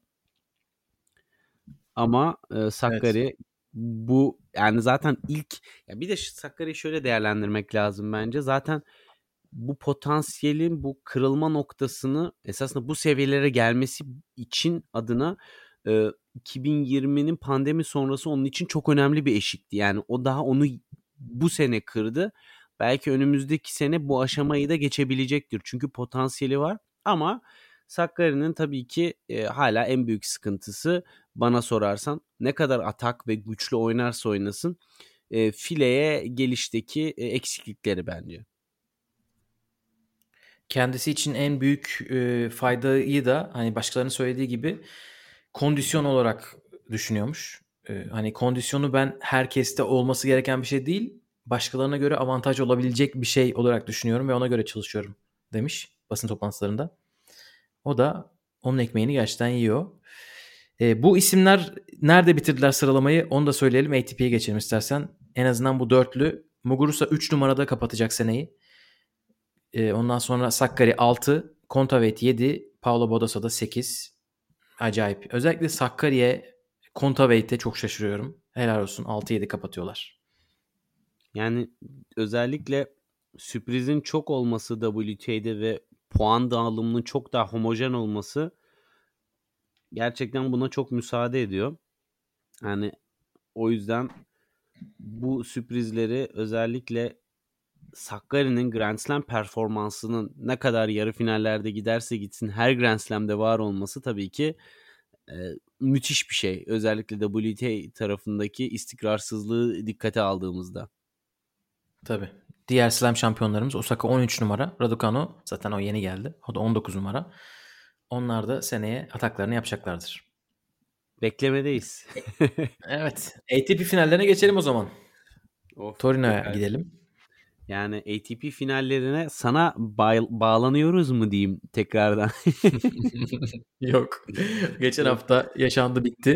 Ama e, Evet. Sakkari bu, yani zaten ilk, ya bir de Sakkari'yi şöyle değerlendirmek lazım bence. Zaten bu potansiyelin bu kırılma noktasını esasında bu seviyelere gelmesi için adına e, iki bin yirminin pandemi sonrası onun için çok önemli bir eşikti. Yani o daha onu bu sene kırdı. Belki önümüzdeki sene bu aşamayı da geçebilecektir. Çünkü potansiyeli var ama Sakkari'nin tabii ki e, hala en büyük sıkıntısı, bana sorarsan, ne kadar atak ve güçlü oynarsa oynasın e, fileye gelişteki e, eksiklikleri bence. Kendisi için en büyük e, faydayı da hani başkalarının söylediği gibi kondisyon olarak düşünüyormuş. E, hani kondisyonu ben herkeste olması gereken bir şey değil, başkalarına göre avantaj olabilecek bir şey olarak düşünüyorum ve ona göre çalışıyorum demiş basın toplantılarında. O da onun ekmeğini gerçekten yiyor. E, bu isimler nerede bitirdiler sıralamayı onu da söyleyelim. A T P'ye geçelim istersen. En azından bu dörtlü. Muguruza üç numarada kapatacak seneyi. E, ondan sonra Sakkari altı, Kontaveit yedi, Paolo Badosa da sekiz. acayip. Özellikle Sakkari'ye, Kontaveit çok şaşırıyorum. Helal olsun, altı yedi kapatıyorlar. Yani özellikle sürprizin çok olması W T A'de ve puan dağılımının çok daha homojen olması gerçekten buna çok müsaade ediyor. Yani o yüzden bu sürprizleri, özellikle Sakkari'nin Grand Slam performansının ne kadar yarı finallerde giderse gitsin her Grand Slam'de var olması tabii ki e, müthiş bir şey. Özellikle W T A tarafındaki istikrarsızlığı dikkate aldığımızda. Tabii. Diğer slam şampiyonlarımız Osaka on üç numara. Raducanu zaten o yeni geldi. O da on dokuz numara. Onlar da seneye ataklarını yapacaklardır. Beklemedeyiz. Evet. A T P finallerine geçelim o zaman. Of, Torino'ya Gökhan. gidelim. Yani A T P finallerine sana ba- bağlanıyoruz mu diyeyim tekrardan. Yok. Geçen hafta yaşandı, bitti.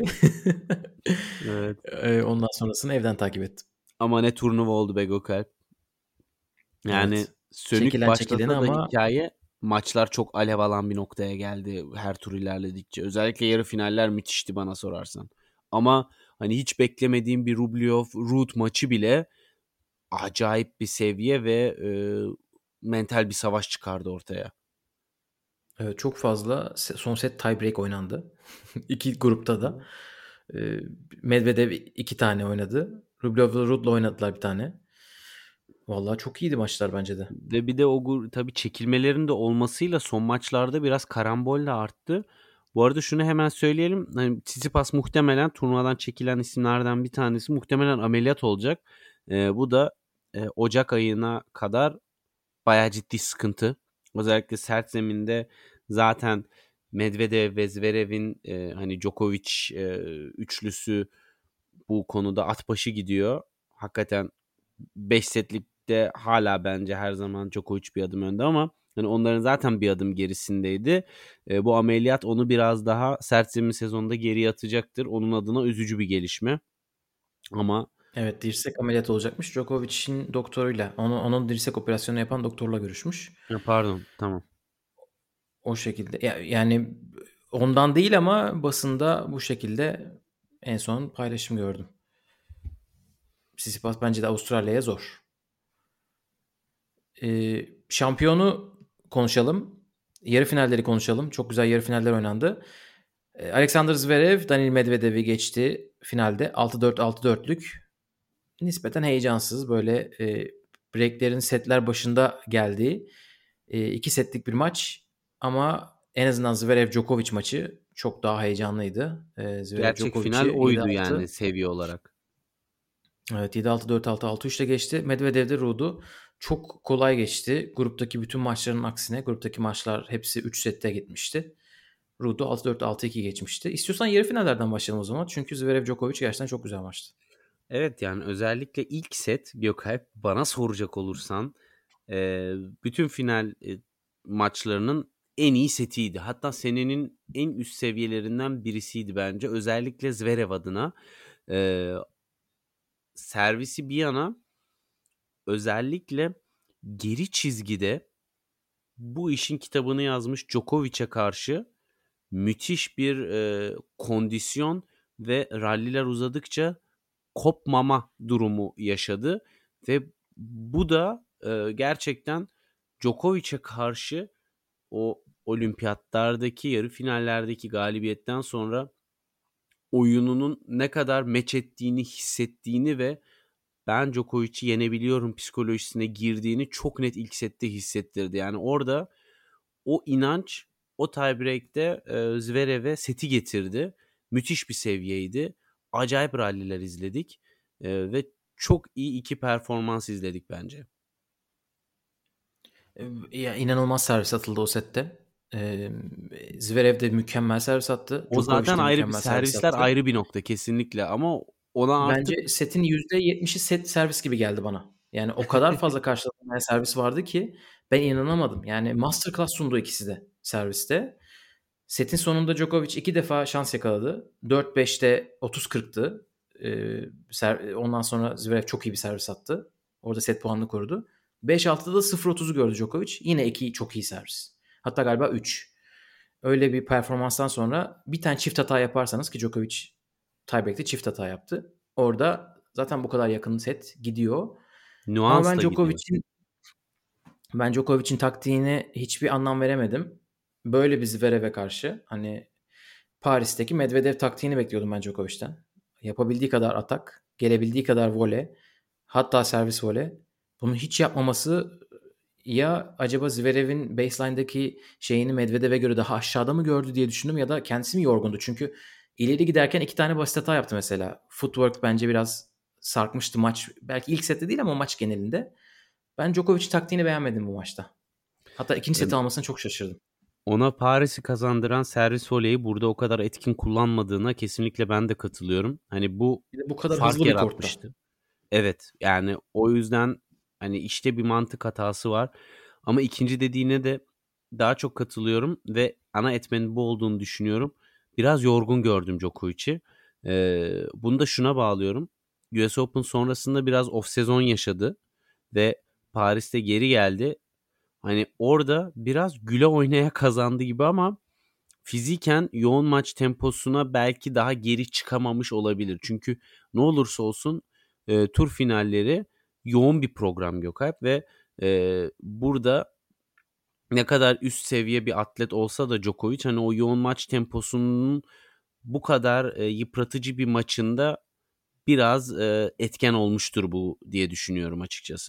Evet. Ondan sonrasını evden takip ettim. Ama ne turnuva oldu be Gökalp. Yani Evet. sönük Çekilen başlasa çekileni da ama hikaye, maçlar çok alev alan bir noktaya geldi her tur ilerledikçe. Özellikle yarı finaller müthişti bana sorarsan. Ama hani hiç beklemediğim bir Rublev-Ruud maçı bile acayip bir seviye ve e, mental bir savaş çıkardı ortaya. evet, çok fazla son set tiebreak oynandı. İki grupta da. Ee, Medvedev iki tane oynadı. Rublev ve Ruud'la oynadılar bir tane. Vallahi çok iyiydi maçlar bence de. Ve bir de o gur- tabii çekilmelerin de olmasıyla son maçlarda biraz karambol de arttı. Bu arada şunu hemen söyleyelim. Hani Tsitsipas muhtemelen turnuvadan çekilen isimlerden bir tanesi. Muhtemelen ameliyat olacak. Ee, bu da e, Ocak ayına kadar bayağı ciddi sıkıntı. Özellikle sert zeminde zaten Medvedev ve Zverev'in e, hani Djokovic e, üçlüsü bu konuda at başı gidiyor. Hakikaten beş setlikte hala bence her zaman Djokovic bir adım önde ama hani onların zaten bir adım gerisindeydi. E, bu ameliyat onu biraz daha sert zemin sezonunda geriye atacaktır. Onun adına üzücü bir gelişme. Ama Evet, dirsek ameliyat olacakmış. Djokovic'in doktoruyla, onu, onun dirsek operasyonu yapan doktorla görüşmüş. pardon, tamam. O şekilde. Ya- Yani ondan değil ama basında bu şekilde en son paylaşım gördüm. Tsitsipas bence de Avustralya'ya zor. Ee, şampiyonu konuşalım. Yarı finalleri konuşalım. Çok güzel yarı finaller oynandı. Ee, Alexander Zverev, Daniil Medvedev'i geçti finalde. altı dört altı dörtlük. Nispeten heyecansız. Böyle e, breaklerin setler başında geldiği e, iki setlik bir maç. Ama en azından Zverev-Djokovic maçı çok daha heyecanlıydı. E, Gerçek final Zverev-Djokovic'i oydu yedi altı. yani seviye olarak. Evet, yedi altı dört altı altı üç ile geçti. Medvedev de Ruud'u çok kolay geçti. Gruptaki bütün maçların aksine, gruptaki maçlar hepsi üç sette gitmişti. Ruud'u altı dört altı iki geçmişti. İstiyorsan yarı finallerden başlayalım o zaman. Çünkü Zverev-Djokovic gerçekten çok güzel maçtı. Evet, yani özellikle ilk set Gökalp, bana soracak olursan e, bütün final e, maçlarının en iyi setiydi. Hatta senenin en üst seviyelerinden birisiydi bence. Özellikle Zverev adına. E, servisi bir yana, özellikle geri çizgide bu işin kitabını yazmış Djokovic'e karşı müthiş bir e, kondisyon ve ralliler uzadıkça kopmama durumu yaşadı ve bu da e, gerçekten Djokovic'e karşı o olimpiyatlardaki yarı finallerdeki galibiyetten sonra oyununun ne kadar meç ettiğini hissettiğini ve ben Djokovic'i yenebiliyorum psikolojisine girdiğini çok net ilk sette hissettirdi. Yani orada o inanç o tiebreak'te e, Zverev'e seti getirdi. Müthiş bir seviyeydi. Acayip ralliler izledik. E, ve çok iyi iki performans izledik bence. E, Ya inanılmaz servis atıldı o sette. E, Zverev de mükemmel servis attı. O Djokovic zaten de ayrı bir, mükemmel servis servisler attı. ayrı bir nokta kesinlikle ama ona artık Bence setin yüzde yetmişi set servis gibi geldi bana. Yani o kadar fazla karşılaştırmayan servis vardı ki ben inanamadım. Yani masterclass sundu ikisi de serviste. Setin sonunda Djokovic iki defa şans yakaladı. dört beşte otuz kırktı. Ee, ondan sonra Zverev çok iyi bir servis attı. Orada set puanını korudu. beş altıda da sıfır otuzu gördü Djokovic. Yine iki çok iyi servis. Hatta galiba üç. öyle bir performanstan sonra bir tane çift hata yaparsanız, ki Djokovic tiebreak'te çift hata yaptı. Orada zaten bu kadar yakın set gidiyor. Ama ben Nuansla gidiyor. Djokovic'in ben Djokovic'in taktiğine hiçbir anlam veremedim. Böyle bir Zverev'e karşı hani Paris'teki Medvedev taktiğini bekliyordum ben Djokovic'ten. Yapabildiği kadar atak, gelebildiği kadar voley, hatta servis voley. Bunu hiç yapmaması, ya acaba Zverev'in baseline'daki şeyini Medvedev'e göre daha aşağıda mı gördü diye düşündüm, ya da kendisi mi yorgundu? Çünkü ileri giderken iki tane basit hata yaptı mesela. Footwork bence biraz sarkmıştı maç. Belki ilk sette değil ama maç genelinde. Ben Djokovic'in taktiğini beğenmedim bu maçta. Hatta ikinci seti almasına çok şaşırdım. Ona Paris'i kazandıran servis voleyi burada o kadar etkin kullanmadığına kesinlikle ben de katılıyorum. Hani bu Bir de bu kadar fark hızlı bir kortta. yaratmıştı. Evet, yani o yüzden hani işte bir mantık hatası var. Ama ikinci dediğine de daha çok katılıyorum ve ana etmenin bu olduğunu düşünüyorum. Biraz yorgun gördüm Djokovic'i. Ee, bunu da şuna bağlıyorum. U S Open sonrasında biraz off sezon yaşadı ve Paris'te geri geldi. Hani orada biraz güle oynaya kazandı gibi ama fiziken yoğun maç temposuna belki daha geri çıkamamış olabilir. Çünkü ne olursa olsun e, tur finalleri yoğun bir program Gökalp ve e, burada ne kadar üst seviye bir atlet olsa da Djokovic hani o yoğun maç temposunun bu kadar e, yıpratıcı bir maçında biraz e, etken olmuştur bu diye düşünüyorum açıkçası.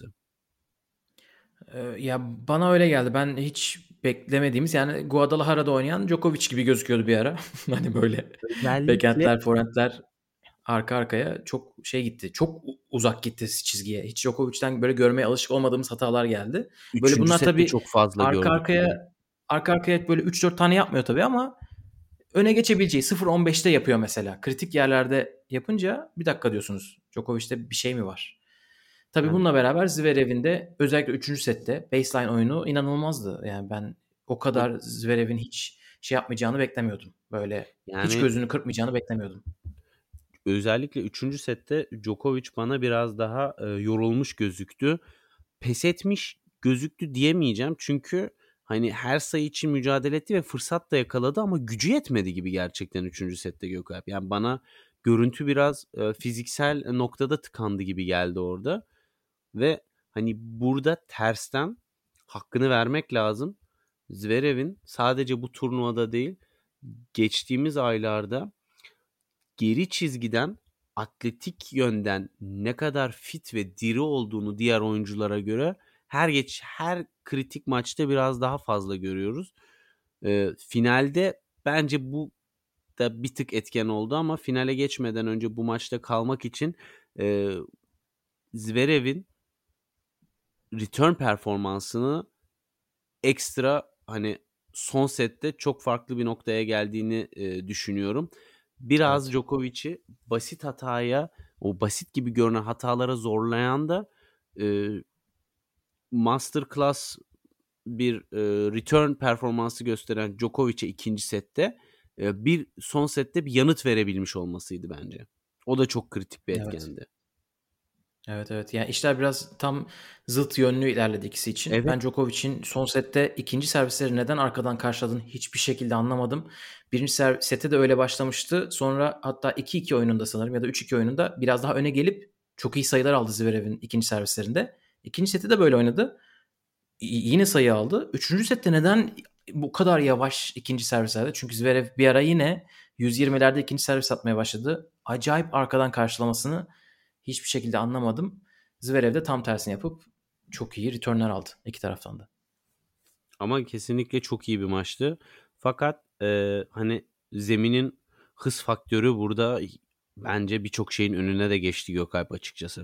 Ee, ya bana öyle geldi. Ben hiç beklemediğimiz, yani Guadalajara'da oynayan Djokovic gibi gözüküyordu bir ara. Hani böyle Özellikle backhandler, forehandler arka arkaya çok şey gitti. Çok uzak gitti çizgiye. Hiç Djokovic'ten böyle görmeye alışık olmadığımız hatalar geldi. Böyle üçüncü bunlar sette tabii çok fazla arka gördük bunu. arkaya arka arkaya böyle üç dört tane yapmıyor tabii ama öne geçebileceği sıfır on beşte yapıyor mesela. Kritik yerlerde yapınca bir dakika diyorsunuz. Djokovic'te bir şey mi var? Tabii Yani, bununla beraber Zverev'in de özellikle üçüncü sette baseline oyunu inanılmazdı. Yani ben o kadar Zverev'in hiç şey yapmayacağını beklemiyordum. Böyle hiç yani gözünü kırpmayacağını beklemiyordum. özellikle üçüncü sette Djokovic bana biraz daha e, yorulmuş gözüktü. Pes etmiş gözüktü diyemeyeceğim. Çünkü hani her sayı için mücadele etti ve fırsat da yakaladı ama gücü yetmedi gibi gerçekten üçüncü sette Gökalp. Yani bana görüntü biraz e, fiziksel noktada tıkandı gibi geldi orada. Ve hani burada tersten hakkını vermek lazım. Zverev'in sadece bu turnuvada değil geçtiğimiz aylarda geri çizgiden atletik yönden ne kadar fit ve diri olduğunu diğer oyunculara göre her geç her kritik maçta biraz daha fazla görüyoruz. Ee, finalde bence bu da bir tık etken oldu ama finale geçmeden önce bu maçta kalmak için e, Zverev'in return performansını ekstra hani son sette çok farklı bir noktaya geldiğini e, düşünüyorum. Biraz Evet. Djokovic'i basit hataya, o basit gibi görünen hatalara zorlayan da e, masterclass bir e, return performansı gösteren Djokovic'e ikinci sette e, bir son sette bir yanıt verebilmiş olmasıydı bence. O da çok kritik bir Evet. etkendi. Evet evet. Yani işler biraz tam zıt yönlü ilerledi ikisi için. Evet. Ben Djokovic'in son sette ikinci servisleri neden arkadan karşıladığını hiçbir şekilde anlamadım. Birinci ser- sette de öyle başlamıştı. Sonra hatta iki iki oyununda sanırım ya da üç iki oyununda biraz daha öne gelip çok iyi sayılar aldı Zverev'in ikinci servislerinde. İkinci seti de böyle oynadı. Y- yine sayı aldı. Üçüncü sette neden bu kadar yavaş ikinci servislerde? Çünkü Zverev bir ara yine yüz yirmilerde ikinci servis atmaya başladı. Acayip arkadan karşılamasını hiçbir şekilde anlamadım. Zverev de tam tersini yapıp çok iyi returnler aldı iki taraftan da. Ama kesinlikle çok iyi bir maçtı. Fakat e, hani zeminin hız faktörü burada bence birçok şeyin önüne de geçti Gökalp açıkçası.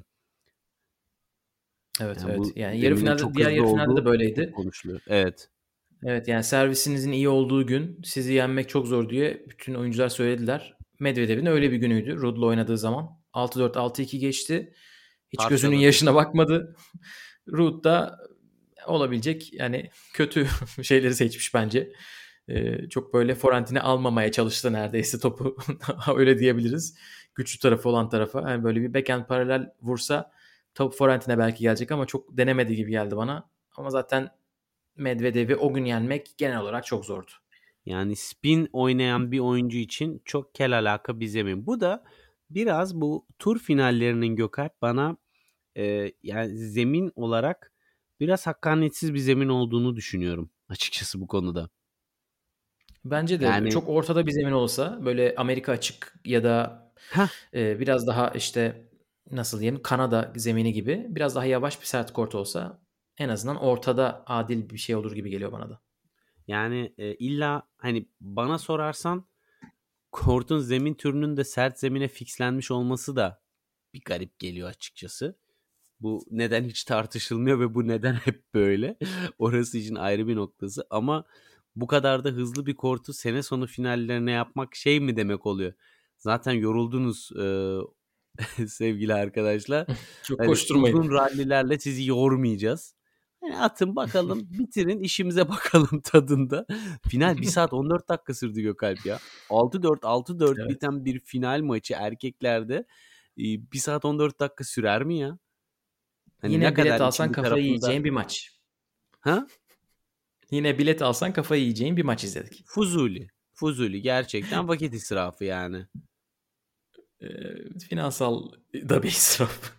Evet Yani evet. bu Yani yarı zeminin finalde, çok diğer hızlı yarı finalde de olduğu çok böyleydi. konuşuluyor. Evet. Evet, yani servisinizin iyi olduğu gün sizi yenmek çok zor diye bütün oyuncular söylediler. Medvedev'in öyle bir günüydü Rud'la oynadığı zaman. altı dört altı iki geçti. Hiç gözünün Parçaladı. yaşına bakmadı. Ruud da olabilecek yani kötü şeyleri seçmiş bence. Ee, çok böyle forentine almamaya çalıştı neredeyse topu. Öyle diyebiliriz. Güçlü tarafı olan tarafa. Yani böyle bir backhand paralel vursa top forentine belki gelecek ama çok denemedi gibi geldi bana. Ama zaten Medvedev'i o gün yenmek genel olarak çok zordu. Yani spin oynayan bir oyuncu için çok kel alaka bir zemin. Bu da biraz bu tur finallerinin Gökalp bana e, yani zemin olarak biraz hakkaniyetsiz bir zemin olduğunu düşünüyorum açıkçası bu konuda. Bence de Yani çok ortada bir zemin olsa böyle Amerika açık ya da ha e, biraz daha işte nasıl diyeyim Kanada zemini gibi biraz daha yavaş bir sert kort olsa en azından ortada adil bir şey olur gibi geliyor bana da. yani e, illa hani bana sorarsan kortun zemin türünün de sert zemine fixlenmiş olması da bir garip geliyor açıkçası. Bu neden hiç tartışılmıyor ve bu neden hep böyle? Orası için ayrı bir noktası ama bu kadar da hızlı bir kortu sene sonu finallerine yapmak şey mi demek oluyor? Zaten yoruldunuz e, sevgili arkadaşlar. Çok Hani koşturmayın. uzun rallilerle sizi yormayacağız. Hani atın bakalım bitirin işimize bakalım tadında. Final bir saat on dört dakika sürdü Gökalp ya. altı dört altı dört Evet. biten bir final maçı erkeklerde e, bir saat on dört dakika sürer mi ya? Hani ne Yine bilet kadar alsan için bir kafayı tarafında yiyeceğin bir maç. ha? Yine bilet alsan kafayı yiyeceğin bir maç izledik. Fuzuli. Fuzuli gerçekten vakit israfı yani. E, finansal da bir israf.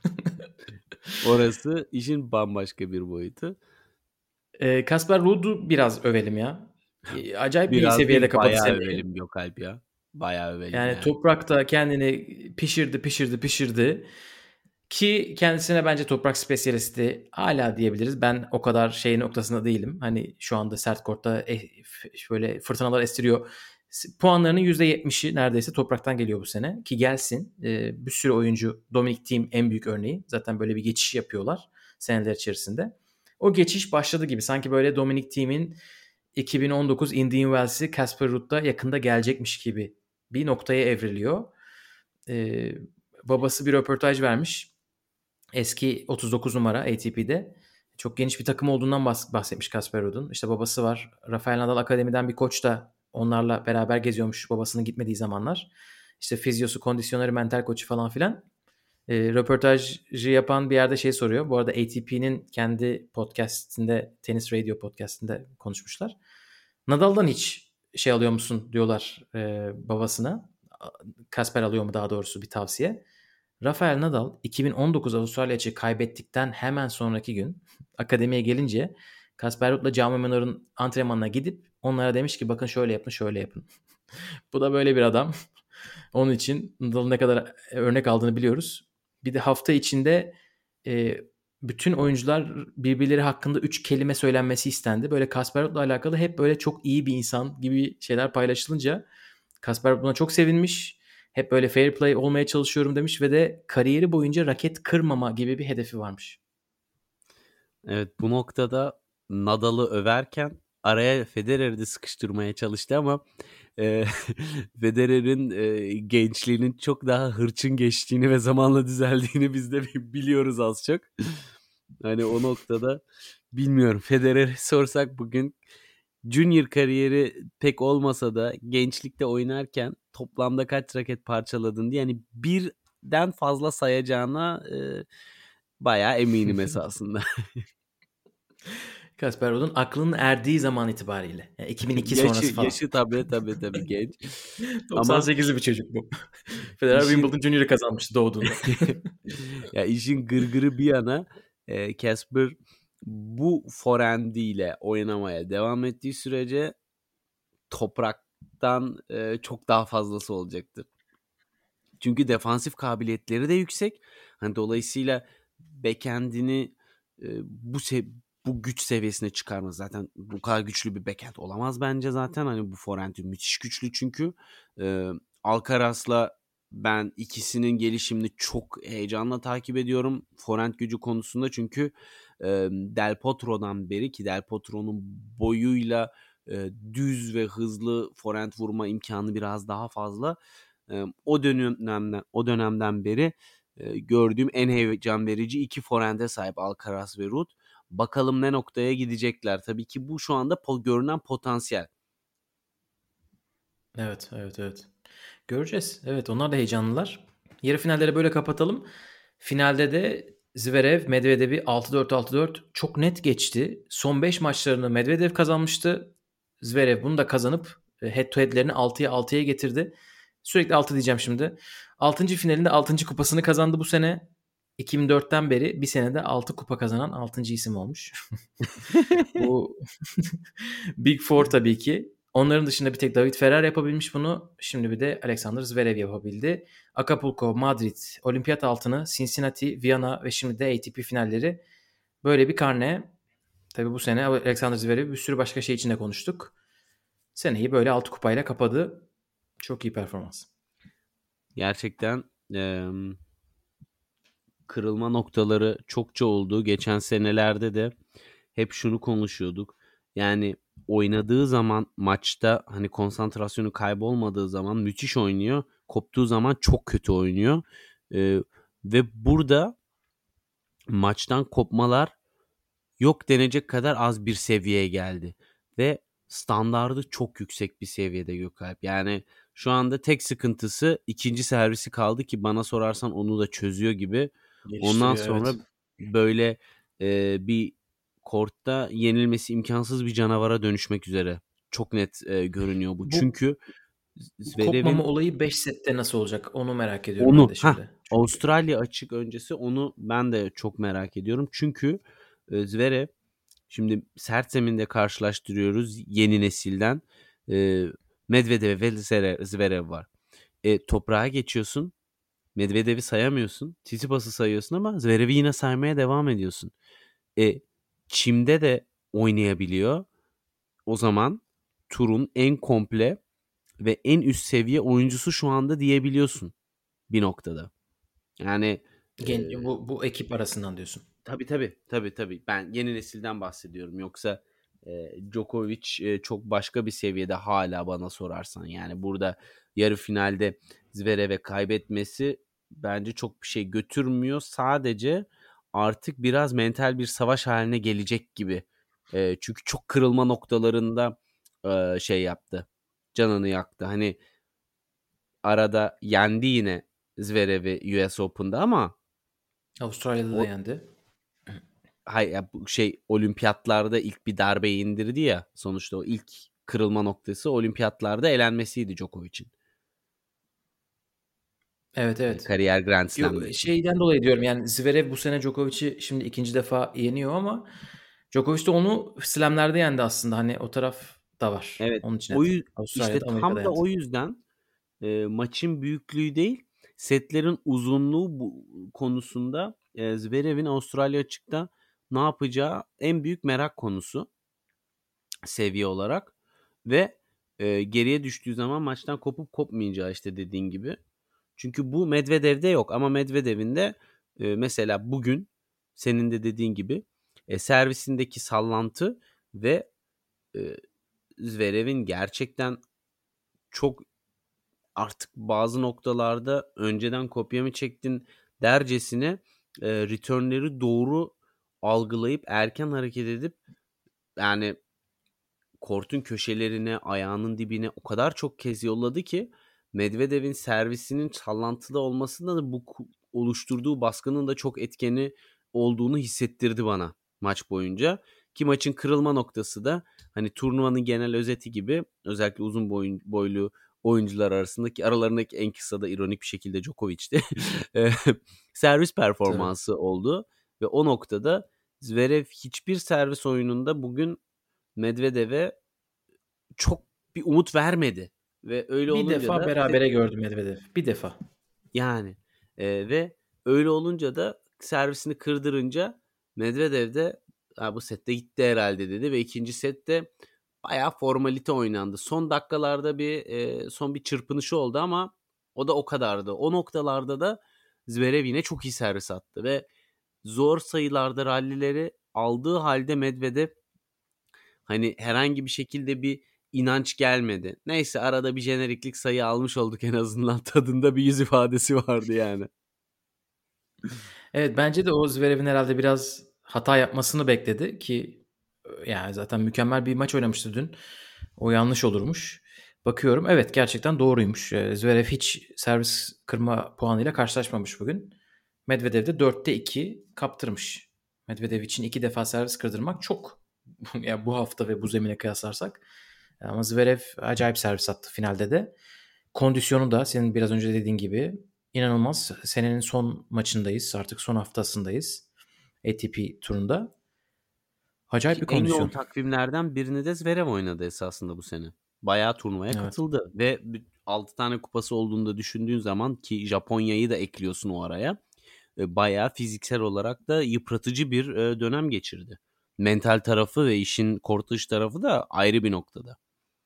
Orası işin bambaşka bir boyutu. E, Kasper Ruud'u biraz övelim ya. E, acayip bir Biraz seviyede değil kapadı bayağı seneyi. övelim Gökalp ya. Bayağı övelim Yani yani. toprakta kendini pişirdi, pişirdi, pişirdi. Ki kendisine bence toprak spesyalisti hala diyebiliriz. Ben o kadar şey noktasında değilim. Hani şu anda sert kortta eh, şöyle fırtınalar estiriyor. Puanlarının yüzde yetmişi neredeyse topraktan geliyor bu sene. Ki gelsin. Ee, bir sürü oyuncu. Dominic Thiem en büyük örneği. Zaten böyle bir geçiş yapıyorlar seneler içerisinde. O geçiş başladı gibi. Sanki böyle Dominic Thiem'in iki bin on dokuz Indian Wells'i Casper Ruud'da yakında gelecekmiş gibi bir noktaya evriliyor. Ee, babası bir röportaj vermiş. Eski otuz dokuz numara A T P'de. Çok geniş bir takım olduğundan bahsetmiş Casper Ruud'un. İşte babası var. Rafael Nadal Akademi'den bir koç da onlarla beraber geziyormuş babasının gitmediği zamanlar. İşte fizyosu, kondisyoneri, mental koçu falan filan. E, röportajı yapan bir yerde şey soruyor. Bu arada A T P'nin kendi podcastinde, Tenis Radio podcastinde konuşmuşlar. Nadal'dan hiç şey alıyor musun diyorlar e, babasına. Kasper alıyor mu daha doğrusu bir tavsiye. Rafael Nadal iki bin on dokuz Avustralya açığı kaybettikten hemen sonraki gün akademiye gelince Kasper Ruud'la Jaume Munor'un antrenmanına gidip onlara demiş ki bakın şöyle yapın şöyle yapın. Bu da böyle bir adam. Onun için Nadal'ın ne kadar örnek aldığını biliyoruz. Bir de hafta içinde e, bütün oyuncular birbirleri hakkında üç kelime söylenmesi istendi. Böyle Kasper Ruud'la alakalı hep böyle çok iyi bir insan gibi şeyler paylaşılınca Kasper buna çok sevinmiş. Hep böyle fair play olmaya çalışıyorum demiş ve de kariyeri boyunca raket kırmama gibi bir hedefi varmış. Evet bu noktada Nadal'ı överken araya Federer'i de sıkıştırmaya çalıştı ama e, Federer'in e, gençliğinin çok daha hırçın geçtiğini ve zamanla düzeldiğini biz de biliyoruz az çok. Hani o noktada bilmiyorum Federer'e sorsak bugün Junior kariyeri pek olmasa da gençlikte oynarken toplamda kaç raket parçaladın diye yani birden fazla sayacağına e, bayağı eminim esasında. Kasper Ruud'un aklının erdiği zaman itibariyle. Yani iki bin iki yaşı sonrası falan. yaşı tabii tabii tabii genç. Ama doksan sekizli bir çocuk bu. Federer işin Wimbledon Junior'ı kazanmıştı doğduğunda. ya işin gırgırı bir yana e, Casper bu forehandiyle oynamaya devam ettiği sürece topraktan e, çok daha fazlası olacaktır. Çünkü defansif kabiliyetleri de yüksek. Hani dolayısıyla backend'ini e, bu se- bu güç seviyesine çıkarmaz. Zaten bu kadar güçlü bir backend olamaz bence zaten. Hani bu forehand'i müthiş güçlü çünkü. E, Alcaraz'la ben ikisinin gelişimini çok heyecanla takip ediyorum. Forehand gücü konusunda çünkü e, Del Potro'dan beri ki Del Potro'nun boyuyla e, düz ve hızlı forehand vurma imkanı biraz daha fazla. O dönemden o dönemden beri gördüğüm en heyecan verici iki forehand'e sahip Alcaraz ve Ruud. Bakalım ne noktaya gidecekler. Tabii ki bu şu anda po- görünen potansiyel. Evet, evet, evet. Göreceğiz. Evet, onlar da heyecanlılar. Yarı finalleri böyle kapatalım. Finalde de Zverev Medvedev'i altı dört altı dört çok net geçti. Son beş maçlarını Medvedev kazanmıştı. Zverev bunu da kazanıp head to head'lerini altıya altıya getirdi. Sürekli altı diyeceğim şimdi. altıncı finalinde altıncı kupasını kazandı bu sene. iki bin dörtten beri bir senede altı kupa kazanan altıncı isim olmuş. Bu Big Four tabii ki. Onların dışında bir tek David Ferrer yapabilmiş bunu. Şimdi bir de Alexander Zverev yapabildi. Acapulco, Madrid, Olimpiyat altını, Cincinnati, Viyana ve şimdi de A T P finalleri. Böyle bir karne. Tabii bu sene Alexander Zverev bir sürü başka şey için de konuştuk. Seneyi böyle altı kupayla kapadı. Çok iyi performans. Gerçekten e, kırılma noktaları çokça oldu. Geçen senelerde de hep şunu konuşuyorduk. Yani oynadığı zaman maçta hani konsantrasyonu kaybolmadığı zaman müthiş oynuyor. Koptuğu zaman çok kötü oynuyor. E, ve burada maçtan kopmalar yok denecek kadar az bir seviyeye geldi. Ve standardı çok yüksek bir seviyede Gökalp. Yani şu anda tek sıkıntısı ikinci servisi kaldı ki bana sorarsan onu da çözüyor gibi. Ondan sonra evet. böyle e, bir kortta yenilmesi imkansız bir canavara dönüşmek üzere. Çok net e, görünüyor bu. Bu Çünkü Zverev'in kopmama olayı beş sette nasıl olacak onu merak ediyorum onu ben de şimdi. ha Avustralya açık öncesi onu ben de çok merak ediyorum. Çünkü e, Zverev şimdi sert zeminde karşılaştırıyoruz yeni nesilden. E, Medvedev ve Zverev var. E, toprağa geçiyorsun. Medvedev'i sayamıyorsun. Tsitsipas'ı sayıyorsun ama Zverev'i yine saymaya devam ediyorsun. E, çimde de oynayabiliyor. O zaman turun en komple ve en üst seviye oyuncusu şu anda diyebiliyorsun bir noktada. Yani Gen- e, bu bu ekip arasından diyorsun. Tabii tabii tabii tabii. Ben yeni nesilden bahsediyorum. Yoksa e, Djokovic e, çok başka bir seviyede hala bana sorarsan. Yani burada yarı finalde Zverev'e kaybetmesi bence çok bir şey götürmüyor. Sadece artık biraz mental bir savaş haline gelecek gibi. E, çünkü çok kırılma noktalarında e, şey yaptı. Canını yaktı. Hani arada yendi yine Zverev'i U S Open'da ama Avustralya'da da o yendi. hay ya bu şey olimpiyatlarda ilk bir darbe indirdi ya sonuçta o ilk kırılma noktası olimpiyatlarda elenmesiydi Djokovic'in. Evet Yani evet. kariyer Grand Yo, Slam'deki. şeyden dolayı diyorum yani Zverev bu sene Djokovic'i şimdi ikinci defa yeniyor ama Djokovic de onu slamlerde yendi aslında. Hani o taraf da var. Evet. Onun için O dedim. yüz- işte Avustralya'da Amerika'da tam da yendi. o yüzden e, maçın büyüklüğü değil setlerin uzunluğu bu konusunda e, Zverev'in Avustralya açıkta ne yapacağı en büyük merak konusu seviye olarak ve e, geriye düştüğü zaman maçtan kopup kopmayacağı işte dediğin gibi. Çünkü bu Medvedev'de yok ama Medvedev'in de e, mesela bugün senin de dediğin gibi e, servisindeki sallantı ve e, Zverev'in gerçekten çok artık bazı noktalarda önceden kopya mı çektin dercesine e, returnleri doğru algılayıp erken hareket edip yani kortun köşelerine, ayağının dibine o kadar çok kez yolladı ki Medvedev'in servisinin sallantıda olmasında da bu oluşturduğu baskının da çok etkeni olduğunu hissettirdi bana maç boyunca. Ki maçın kırılma noktası da hani turnuvanın genel özeti gibi özellikle uzun boyun, boylu oyuncular arasındaki aralarındaki en kısa da ironik bir şekilde Djokovic'ti. Servis Tabii. performansı oldu ve o noktada Zverev hiçbir servis oyununda bugün Medvedev'e çok bir umut vermedi. Ve öyle Bir olunca defa da set, berabere gördüm Medvedev. Bir defa. yani e, ve öyle olunca da servisini kırdırınca Medvedev de bu sette gitti herhalde dedi ve ikinci sette bayağı formalite oynandı. Son dakikalarda bir e, son bir çırpınışı oldu ama o da o kadardı. O noktalarda da Zverev yine çok iyi servis attı ve zor sayılarda rallileri aldığı halde Medvedev hani herhangi bir şekilde bir inanç gelmedi. Neyse arada bir jeneriklik sayı almış olduk en azından tadında bir yüz ifadesi vardı yani. Evet bence de o Zverev'in herhalde biraz hata yapmasını bekledi ki yani zaten mükemmel bir maç oynamıştı dün. O yanlış olurmuş. Bakıyorum evet gerçekten doğruymuş. Ee, Zverev hiç servis kırma puanıyla karşılaşmamış bugün. Medvedev de dörtte iki kaptırmış. Medvedev için iki defa servis kırdırmak çok. Yani bu hafta ve bu zemine kıyaslarsak Ama Zverev acayip servis attı finalde de. Kondisyonu da senin biraz önce dediğin gibi inanılmaz. Senenin son maçındayız. Artık son haftasındayız. A T P turunda. Acayip Ki bir en yoğun kondisyon. takvimlerden birini de Zverev oynadı esasında bu sene. Bayağı turnuvaya Evet. katıldı ve altı tane kupası olduğunu da düşündüğün zaman ki Japonya'yı da ekliyorsun o araya. Bayağı fiziksel olarak da yıpratıcı bir dönem geçirdi. Mental tarafı ve işin kort dışı tarafı da ayrı bir noktada.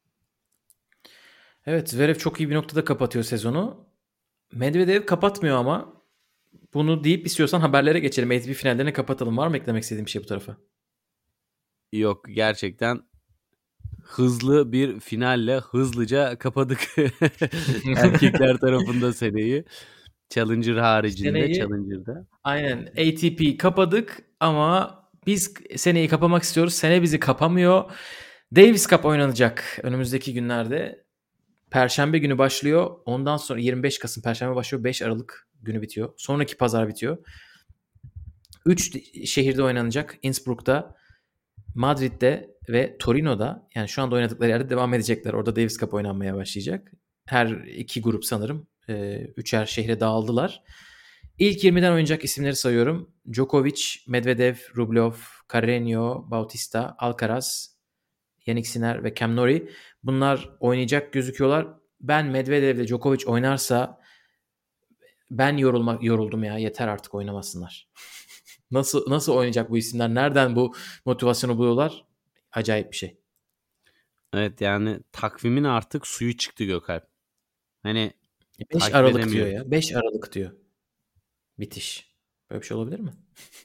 Evet, Zverev çok iyi bir noktada kapatıyor sezonu. Medvedev kapatmıyor ama bunu deyip istiyorsan haberlere geçelim. A T P finallerini kapatalım. Var mı eklemek istediğin bir şey bu tarafa? Yok, gerçekten hızlı bir finalle hızlıca kapadık erkekler tarafında seneyi. Challenger haricinde, Seneyi Challenger'da. aynen A T P kapadık ama biz seneyi kapamak istiyoruz. Sene bizi kapamıyor. Davis Cup oynanacak önümüzdeki günlerde. Perşembe günü başlıyor. Ondan sonra yirmi beş Kasım Perşembe başlıyor. beş Aralık günü bitiyor. Sonraki pazar bitiyor. üç şehirde oynanacak. Innsbruck'ta, Madrid'de ve Torino'da. Yani şu anda oynadıkları yerde devam edecekler. Orada Davis Cup oynanmaya başlayacak. Her iki grup sanırım e, üçer şehre dağıldılar. İlk yirmiden oynayacak isimleri sayıyorum. Djokovic, Medvedev, Rublev, Carreño, Bautista, Alcaraz, Yannick Sinner ve Cam Norrie. Bunlar oynayacak gözüküyorlar. Ben Medvedev ile Djokovic oynarsa ben yorulmak yoruldum ya. Yeter artık oynamasınlar. Nasıl nasıl oynayacak bu isimler? Nereden bu motivasyonu buluyorlar? Acayip bir şey. Evet, yani takvimin artık suyu çıktı Gökalp. Hani beş takip Aralık diyor edemiyorum. ya. beş Aralık diyor. Bitiş. Böyle bir şey olabilir mi?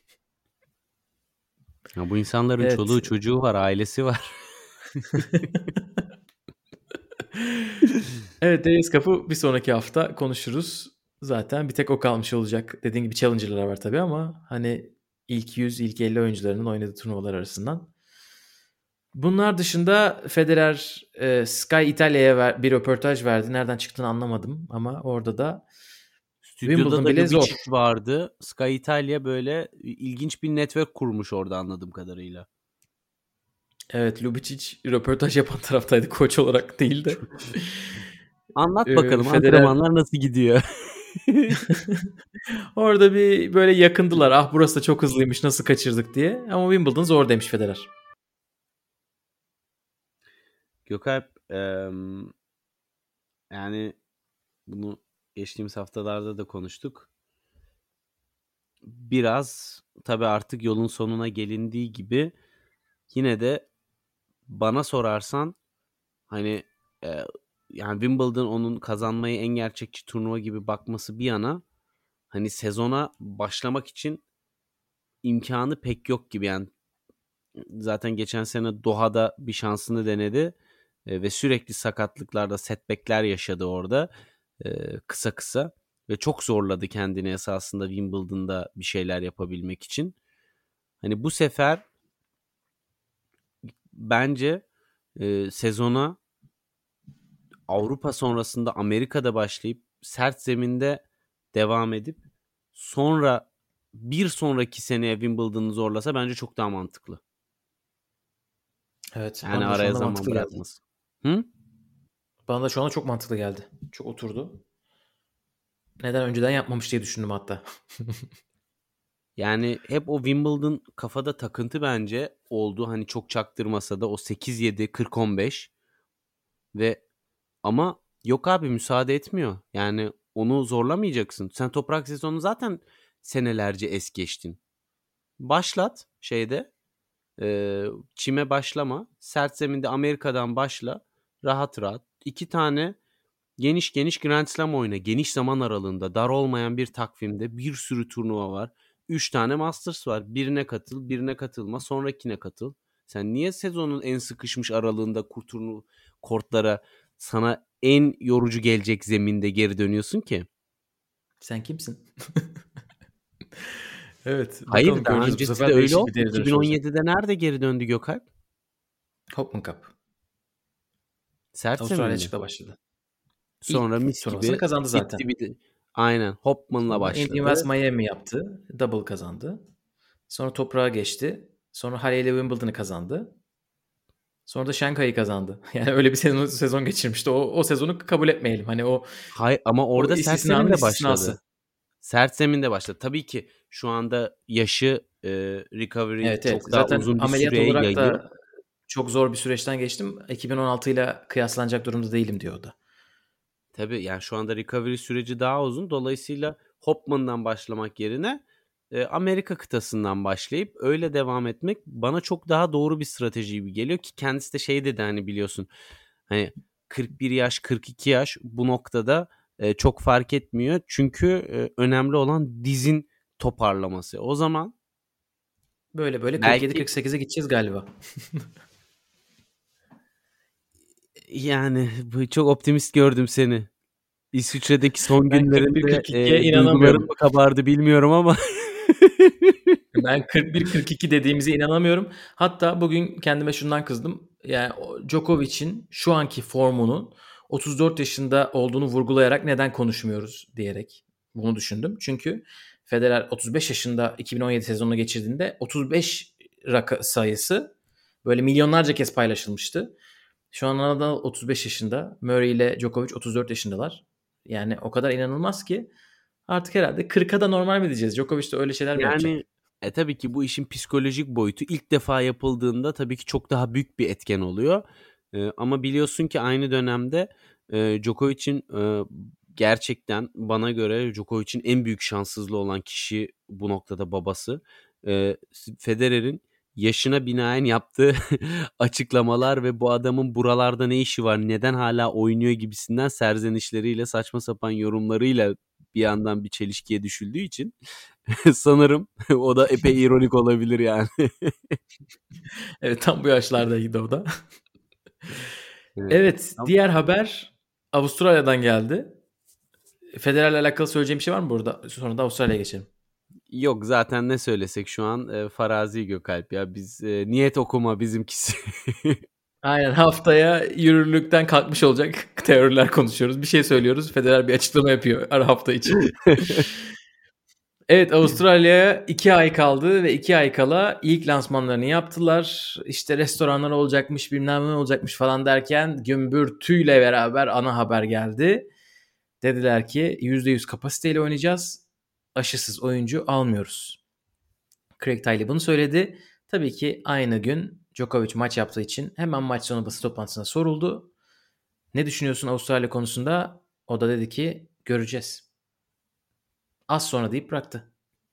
Ya bu insanların Evet. çoluğu çocuğu var, ailesi var. Evet, Davis Cup'ı bir sonraki hafta konuşuruz. Zaten bir tek o kalmış olacak. Dediğim gibi Challenger'lar var tabii ama hani ilk yüz, ilk elli oyuncularının oynadığı turnuvalar arasından. Bunlar dışında Federer e, Sky İtalya'ya ver, bir röportaj verdi. Nereden çıktığını anlamadım ama orada da Stüdyoda Wimbledon da bile zor. Lubicic vardı. Sky Italia böyle ilginç bir network kurmuş orada anladığım kadarıyla. Evet, Lubicic röportaj yapan taraftaydı koç olarak değil de. Anlat Ee, bakalım Federer antrenmanlar nasıl gidiyor? orada bir böyle yakındılar. Ah burası da çok hızlıymış nasıl kaçırdık diye. Ama Wimbledon zor demiş Federer. Gökalp, em, yani bunu geçtiğimiz haftalarda da konuştuk. Biraz tabii artık yolun sonuna gelindiği gibi yine de bana sorarsan hani e, yani Wimbledon onun kazanmayı en gerçekçi turnuva gibi bakması bir yana hani sezona başlamak için imkanı pek yok gibi. Yani zaten geçen sene Doha'da bir şansını denedi e, ve sürekli sakatlıklarda setback'ler yaşadı orada e, kısa kısa ve çok zorladı kendini esasında Wimbledon'da bir şeyler yapabilmek için. Hani bu sefer bence e, sezona Avrupa sonrasında Amerika'da başlayıp sert zeminde devam edip sonra bir sonraki seneye Wimbledon'ı zorlasa bence çok daha mantıklı. Evet, Yani bana da şu araya anda zaman mantıklı geldi. bırakması. Hı? Bana da şu anda çok mantıklı geldi. Çok oturdu. Neden önceden yapmamış diye düşündüm hatta. Yani hep o Wimbledon kafada takıntı bence oldu. Hani çok çaktırmasa da o sekiz yedi kırk on beş ve ama yok abi müsaade etmiyor. Yani onu zorlamayacaksın. Sen toprak sezonu zaten senelerce es geçtin. Başlat şeyde e, çime başlama. Sert zeminde Amerika'dan başla. Rahat rahat. İki tane geniş geniş Grand Slam oyna. Geniş zaman aralığında. Dar olmayan bir takvimde bir sürü turnuva var. Üç tane Masters var. Birine katıl, birine katılma, sonrakine katıl. Sen niye sezonun en sıkışmış aralığında kurturnu kortlara sana en yorucu gelecek zeminde geri dönüyorsun ki? Sen kimsin? Evet, Hayır, bakalım daha göreceğiz. Bu öncesi de sefer öyle değişik bir oldu. geri dönüş olacak. iki bin on yedide nerede geri döndü Gökalp? Hopman Cup. Sert Avustralya zeminde. açıkla başladı. Sonra İlk mis turnuvasını gibi kazandı zaten. gitti bir de. Aynen Hopman'la Sonra Indian Wells başladı. Miami yaptı. Double kazandı. Sonra toprağa geçti. Sonra Halle ile Wimbledon'ı kazandı. Sonra da Şankay'ı kazandı. Yani öyle bir sezon, sezon geçirmişti. O, o sezonu kabul etmeyelim. Hani o Hayır ama o orada sert istisnanın zeminde istisnası. başladı. Sert zeminde başladı. Tabii ki şu anda yaşı e, recovery Evet evet. çok daha Zaten uzun bir ameliyat süreye olarak yayıyor. da çok zor bir süreçten geçtim. iki bin on altı ile kıyaslanacak durumda değilim diyor o da. Tabii yani şu anda recovery süreci daha uzun. Dolayısıyla Hopman'dan başlamak yerine e, Amerika kıtasından başlayıp öyle devam etmek bana çok daha doğru bir strateji gibi geliyor ki kendisi de şey dedi hani biliyorsun hani kırk bir yaş kırk iki yaş bu noktada e, çok fark etmiyor. Çünkü e, önemli olan dizin toparlaması. O zaman Böyle böyle kırk yedi belki kırk sekize gideceğiz galiba. yani bu- çok optimist gördüm seni. İsviçre'deki son Ben kırk bir günlerinde kırk ikiye e, duygularım mı inanamıyorum. kabardı bilmiyorum ama Ben kırk bir kırk iki dediğimize inanamıyorum. Hatta bugün kendime şundan kızdım. Yani o Djokovic'in şu anki formunun otuz dört yaşında olduğunu vurgulayarak neden konuşmuyoruz diyerek bunu düşündüm. Çünkü Federer otuz beş yaşında iki bin on yedi sezonunu geçirdiğinde otuz beş raka sayısı böyle milyonlarca kez paylaşılmıştı. Şu an Nadal otuz beş yaşında. Murray ile Djokovic otuz dört yaşındalar. Yani o kadar inanılmaz ki artık herhalde kırka da normal mi diyeceğiz? Djokovic de öyle şeyler mi yapacak? yani e tabii ki bu işin psikolojik boyutu ilk defa yapıldığında tabii ki çok daha büyük bir etken oluyor. E, ama biliyorsun ki aynı dönemde e, Djokovic'in e, gerçekten bana göre Djokovic'in en büyük şanssızlığı olan kişi bu noktada babası. E, Federer'in yaşına binaen yaptığı açıklamalar ve bu adamın buralarda ne işi var, neden hala oynuyor gibisinden serzenişleriyle, saçma sapan yorumlarıyla bir yandan bir çelişkiye düşüldüğü için sanırım o da epey ironik olabilir yani. Evet tam bu yaşlardaydı o da. Evet. Evet Ama- diğer haber Avustralya'dan geldi. Federer'le alakalı söyleyeceğim bir şey var mı burada? Sonra da Avustralya'ya geçelim. Yok zaten ne söylesek şu an e, farazi Gökalp ya biz e, niyet okuma bizimkisi. Aynen haftaya yürürlükten kalkmış olacak teoriler konuşuyoruz. Bir şey söylüyoruz. Federer bir açıklama yapıyor ara hafta için. Evet Avustralya'ya iki ay kaldı ve iki ay kala ilk lansmanlarını yaptılar. İşte restoranlar olacakmış bilmem ne olacakmış falan derken gümbürtüyle beraber ana haber geldi. Dediler ki yüzde yüz kapasiteyle oynayacağız. Aşısız oyuncu almıyoruz. Craig Tiley bunu söyledi. Tabii ki aynı gün Djokovic maç yaptığı için hemen maç sonu basın toplantısına soruldu. Ne düşünüyorsun Avustralya konusunda? O da dedi ki göreceğiz. Az sonra deyip bıraktı.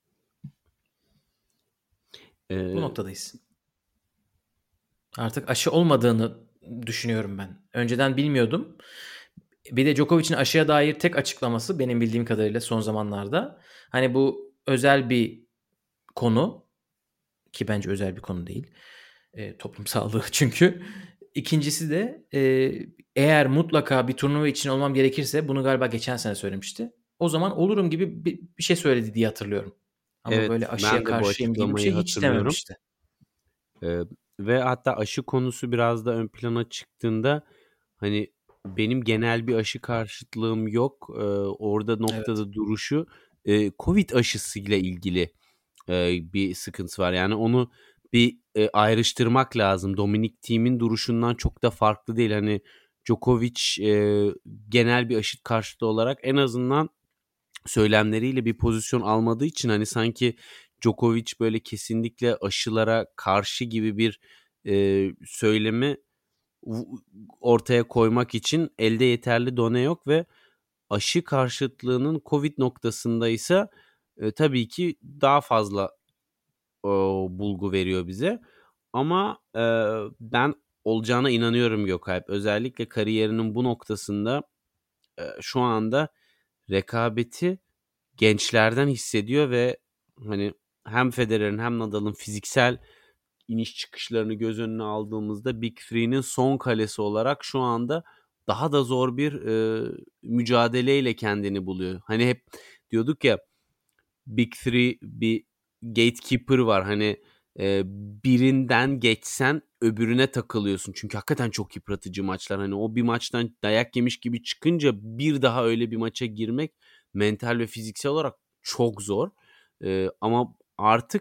Ee, Bu noktadayız. Artık aşı olmadığını düşünüyorum ben. Önceden bilmiyordum. Bir de Djokovic'in aşıya dair tek açıklaması benim bildiğim kadarıyla son zamanlarda. Hani bu özel bir konu ki bence özel bir konu değil. E, toplum sağlığı çünkü. İkincisi de e, eğer mutlaka bir turnuva için olmam gerekirse bunu galiba geçen sene söylemişti. O zaman olurum gibi bir, bir şey söyledi diye hatırlıyorum. Ama evet böyle aşıya ben de bu karşıyım gibi bir açıklamayı şey hiç hatırlıyorum. dememişti. Ee, ve hatta aşı konusu biraz da ön plana çıktığında hani benim genel bir aşı karşıtlığım yok. Ee, orada Evet. noktada duruşu e, Covid aşısıyla ilgili e, bir sıkıntı var. Yani onu bir e, ayrıştırmak lazım. Dominic Thiem'in duruşundan çok da farklı değil. Hani Djokovic e, genel bir aşı karşıtı olarak en azından söylemleriyle bir pozisyon almadığı için hani sanki Djokovic böyle kesinlikle aşılara karşı gibi bir e, söylemi ortaya koymak için elde yeterli done yok ve aşı karşıtlığının Covid noktasında ise e, tabii ki daha fazla e, bulgu veriyor bize. Ama e, ben olacağına inanıyorum Gökalp. Özellikle kariyerinin bu noktasında e, şu anda rekabeti gençlerden hissediyor ve hani hem Federer'in hem Nadal'ın fiziksel iniş çıkışlarını göz önüne aldığımızda Big Three'nin son kalesi olarak şu anda daha da zor bir e, mücadeleyle kendini buluyor. Hani hep diyorduk ya Big Three bir gatekeeper var. Hani e, birinden geçsen öbürüne takılıyorsun. Çünkü hakikaten çok yıpratıcı maçlar. Hani o bir maçtan dayak yemiş gibi çıkınca bir daha öyle bir maça girmek mental ve fiziksel olarak çok zor. E, ama artık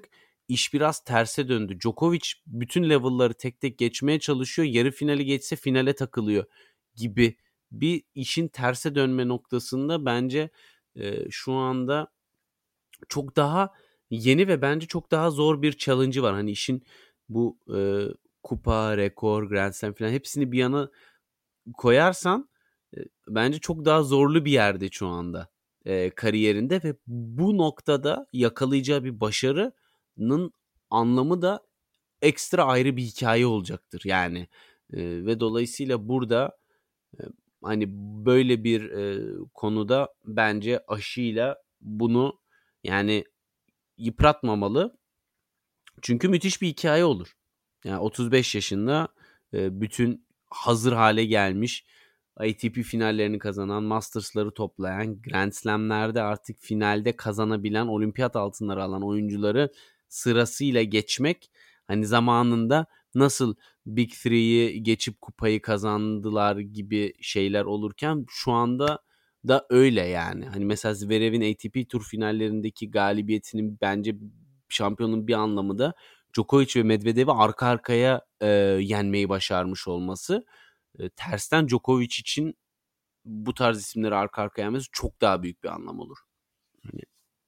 iş biraz terse döndü. Djokovic bütün level'ları tek tek geçmeye çalışıyor. Yarı finali geçse finale takılıyor gibi bir işin terse dönme noktasında bence e, şu anda çok daha yeni ve bence çok daha zor bir challenge'ı var. Hani işin bu e, kupa, rekor, Grand Slam falan hepsini bir yana koyarsan e, bence çok daha zorlu bir yerde şu anda e, kariyerinde ve bu noktada yakalayacağı bir başarının anlamı da ekstra ayrı bir hikaye olacaktır yani. E, ve dolayısıyla burada e, hani böyle bir e, konuda bence aşıyla bunu yani yıpratmamalı. Çünkü müthiş bir hikaye olur. Yani otuz beş yaşında e, bütün hazır hale gelmiş, A T P finallerini kazanan, Masters'ları toplayan, Grand Slam'lerde artık finalde kazanabilen, olimpiyat altınları alan oyuncuları sırasıyla geçmek, hani zamanında nasıl Big Three'yi geçip kupayı kazandılar gibi şeyler olurken şu anda da öyle yani. Hani mesela Zverev'in A T P Tur finallerindeki galibiyetinin bence şampiyonun bir anlamı da Djokovic ve Medvedev'i arka arkaya e, yenmeyi başarmış olması. E, tersten Djokovic için bu tarz isimleri arka arkaya yenmesi çok daha büyük bir anlam olur. Yani.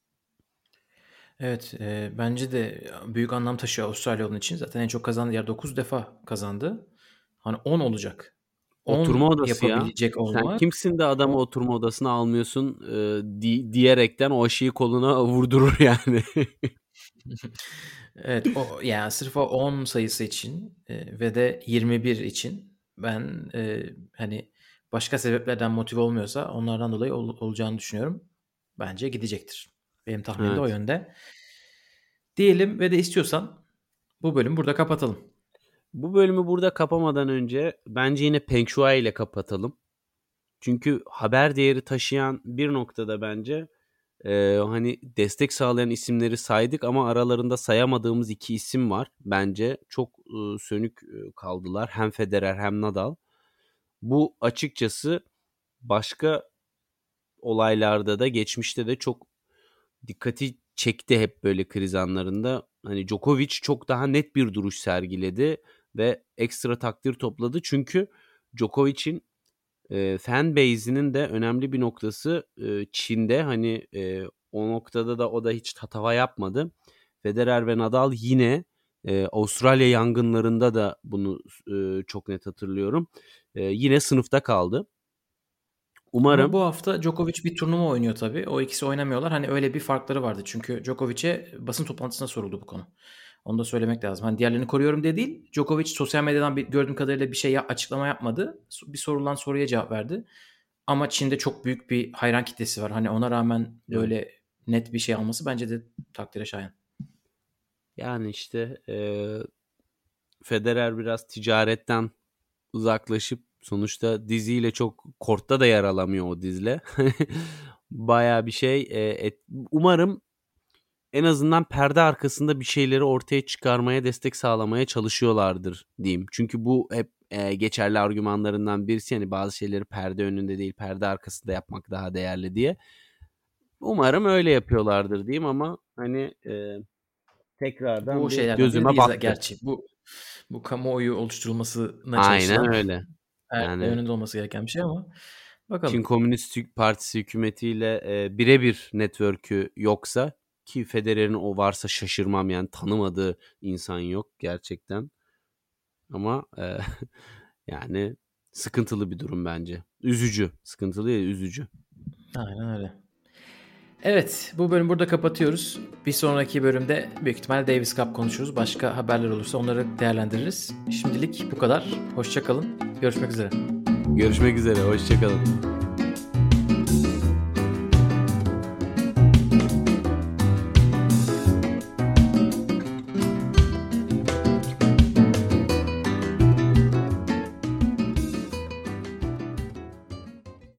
Evet, e, bence de büyük anlam taşıyor Avustralya onun için. Zaten en çok kazandığı yer dokuz defa kazandı. Hani on olacak. Oturma on odası ya. yapabilecek Sen olmak. kimsin de adamı O, oturma odasına almıyorsun e, di- diyerekten o aşıyı koluna vurdurur yani. evet, o yani sırf o on sayısı için e, ve de yirmi bir için ben e, hani başka sebeplerden motive olmuyorsa onlardan dolayı ol- olacağını düşünüyorum. Bence gidecektir. Benim tahminim de o Evet. yönde. Diyelim ve de istiyorsan bu bölümü burada kapatalım. Bu bölümü burada kapamadan önce bence yine Peng Shuai ile kapatalım. Çünkü haber değeri taşıyan bir noktada bence e, hani destek sağlayan isimleri saydık ama aralarında sayamadığımız iki isim var. Bence çok e, sönük e, kaldılar. Hem Federer hem Nadal. Bu açıkçası başka olaylarda da geçmişte de çok dikkati çekti hep böyle kriz anlarında. Hani Djokovic çok daha net bir duruş sergiledi ve ekstra takdir topladı. Çünkü Djokovic'in e, fan base'inin de önemli bir noktası e, Çin'de. Hani e, o noktada da o da hiç tatava yapmadı. Federer ve Nadal yine e, Avustralya yangınlarında da bunu e, çok net hatırlıyorum. E, yine sınıfta kaldı. Ama Umarım bu hafta Djokovic bir turnuva oynuyor tabii. O ikisi oynamıyorlar. Hani öyle bir farkları vardı. Çünkü Djokovic'e basın toplantısında soruldu bu konu. Onu da söylemek lazım. Hani diğerlerini koruyorum diye değil. Djokovic sosyal medyadan bir, gördüğüm kadarıyla bir şey ya, açıklama yapmadı. Bir sorulan soruya cevap verdi. Ama Çin'de çok büyük bir hayran kitlesi var. Hani ona rağmen böyle evet. net bir şey alması bence de takdire şayan. Yani işte e, Federer biraz ticaretten uzaklaşıp sonuçta diziyle çok kortta da yer alamıyor o dizle. Bayağı bir şey. E, et, umarım en azından perde arkasında bir şeyleri ortaya çıkarmaya, destek sağlamaya çalışıyorlardır diyeyim. Çünkü bu hep e, geçerli argümanlarından birisi. Yani bazı şeyleri perde önünde değil, perde arkasında yapmak daha değerli diye. Umarım öyle yapıyorlardır diyeyim ama hani e, tekrardan Bu bir şeylerden biri gözüme değil battı. gerçi. Bu bu kamuoyu oluşturulmasına Aynen çalışılan öyle. yani, Yani önünde olması gereken bir şey ama bakalım. Çin Komünist Partisi hükümetiyle e, birebir network'ü yoksa ki Federer'in o varsa şaşırmam yani tanımadığı insan yok gerçekten. Ama e, yani sıkıntılı bir durum bence. Üzücü. Sıkıntılı ya üzücü. Aynen öyle. Evet, bu bölümü burada kapatıyoruz. Bir sonraki bölümde büyük ihtimalle Davis Cup konuşuruz. Başka haberler olursa onları değerlendiririz. Şimdilik bu kadar. Hoşça kalın. Görüşmek üzere. Görüşmek üzere. Hoşça kalın.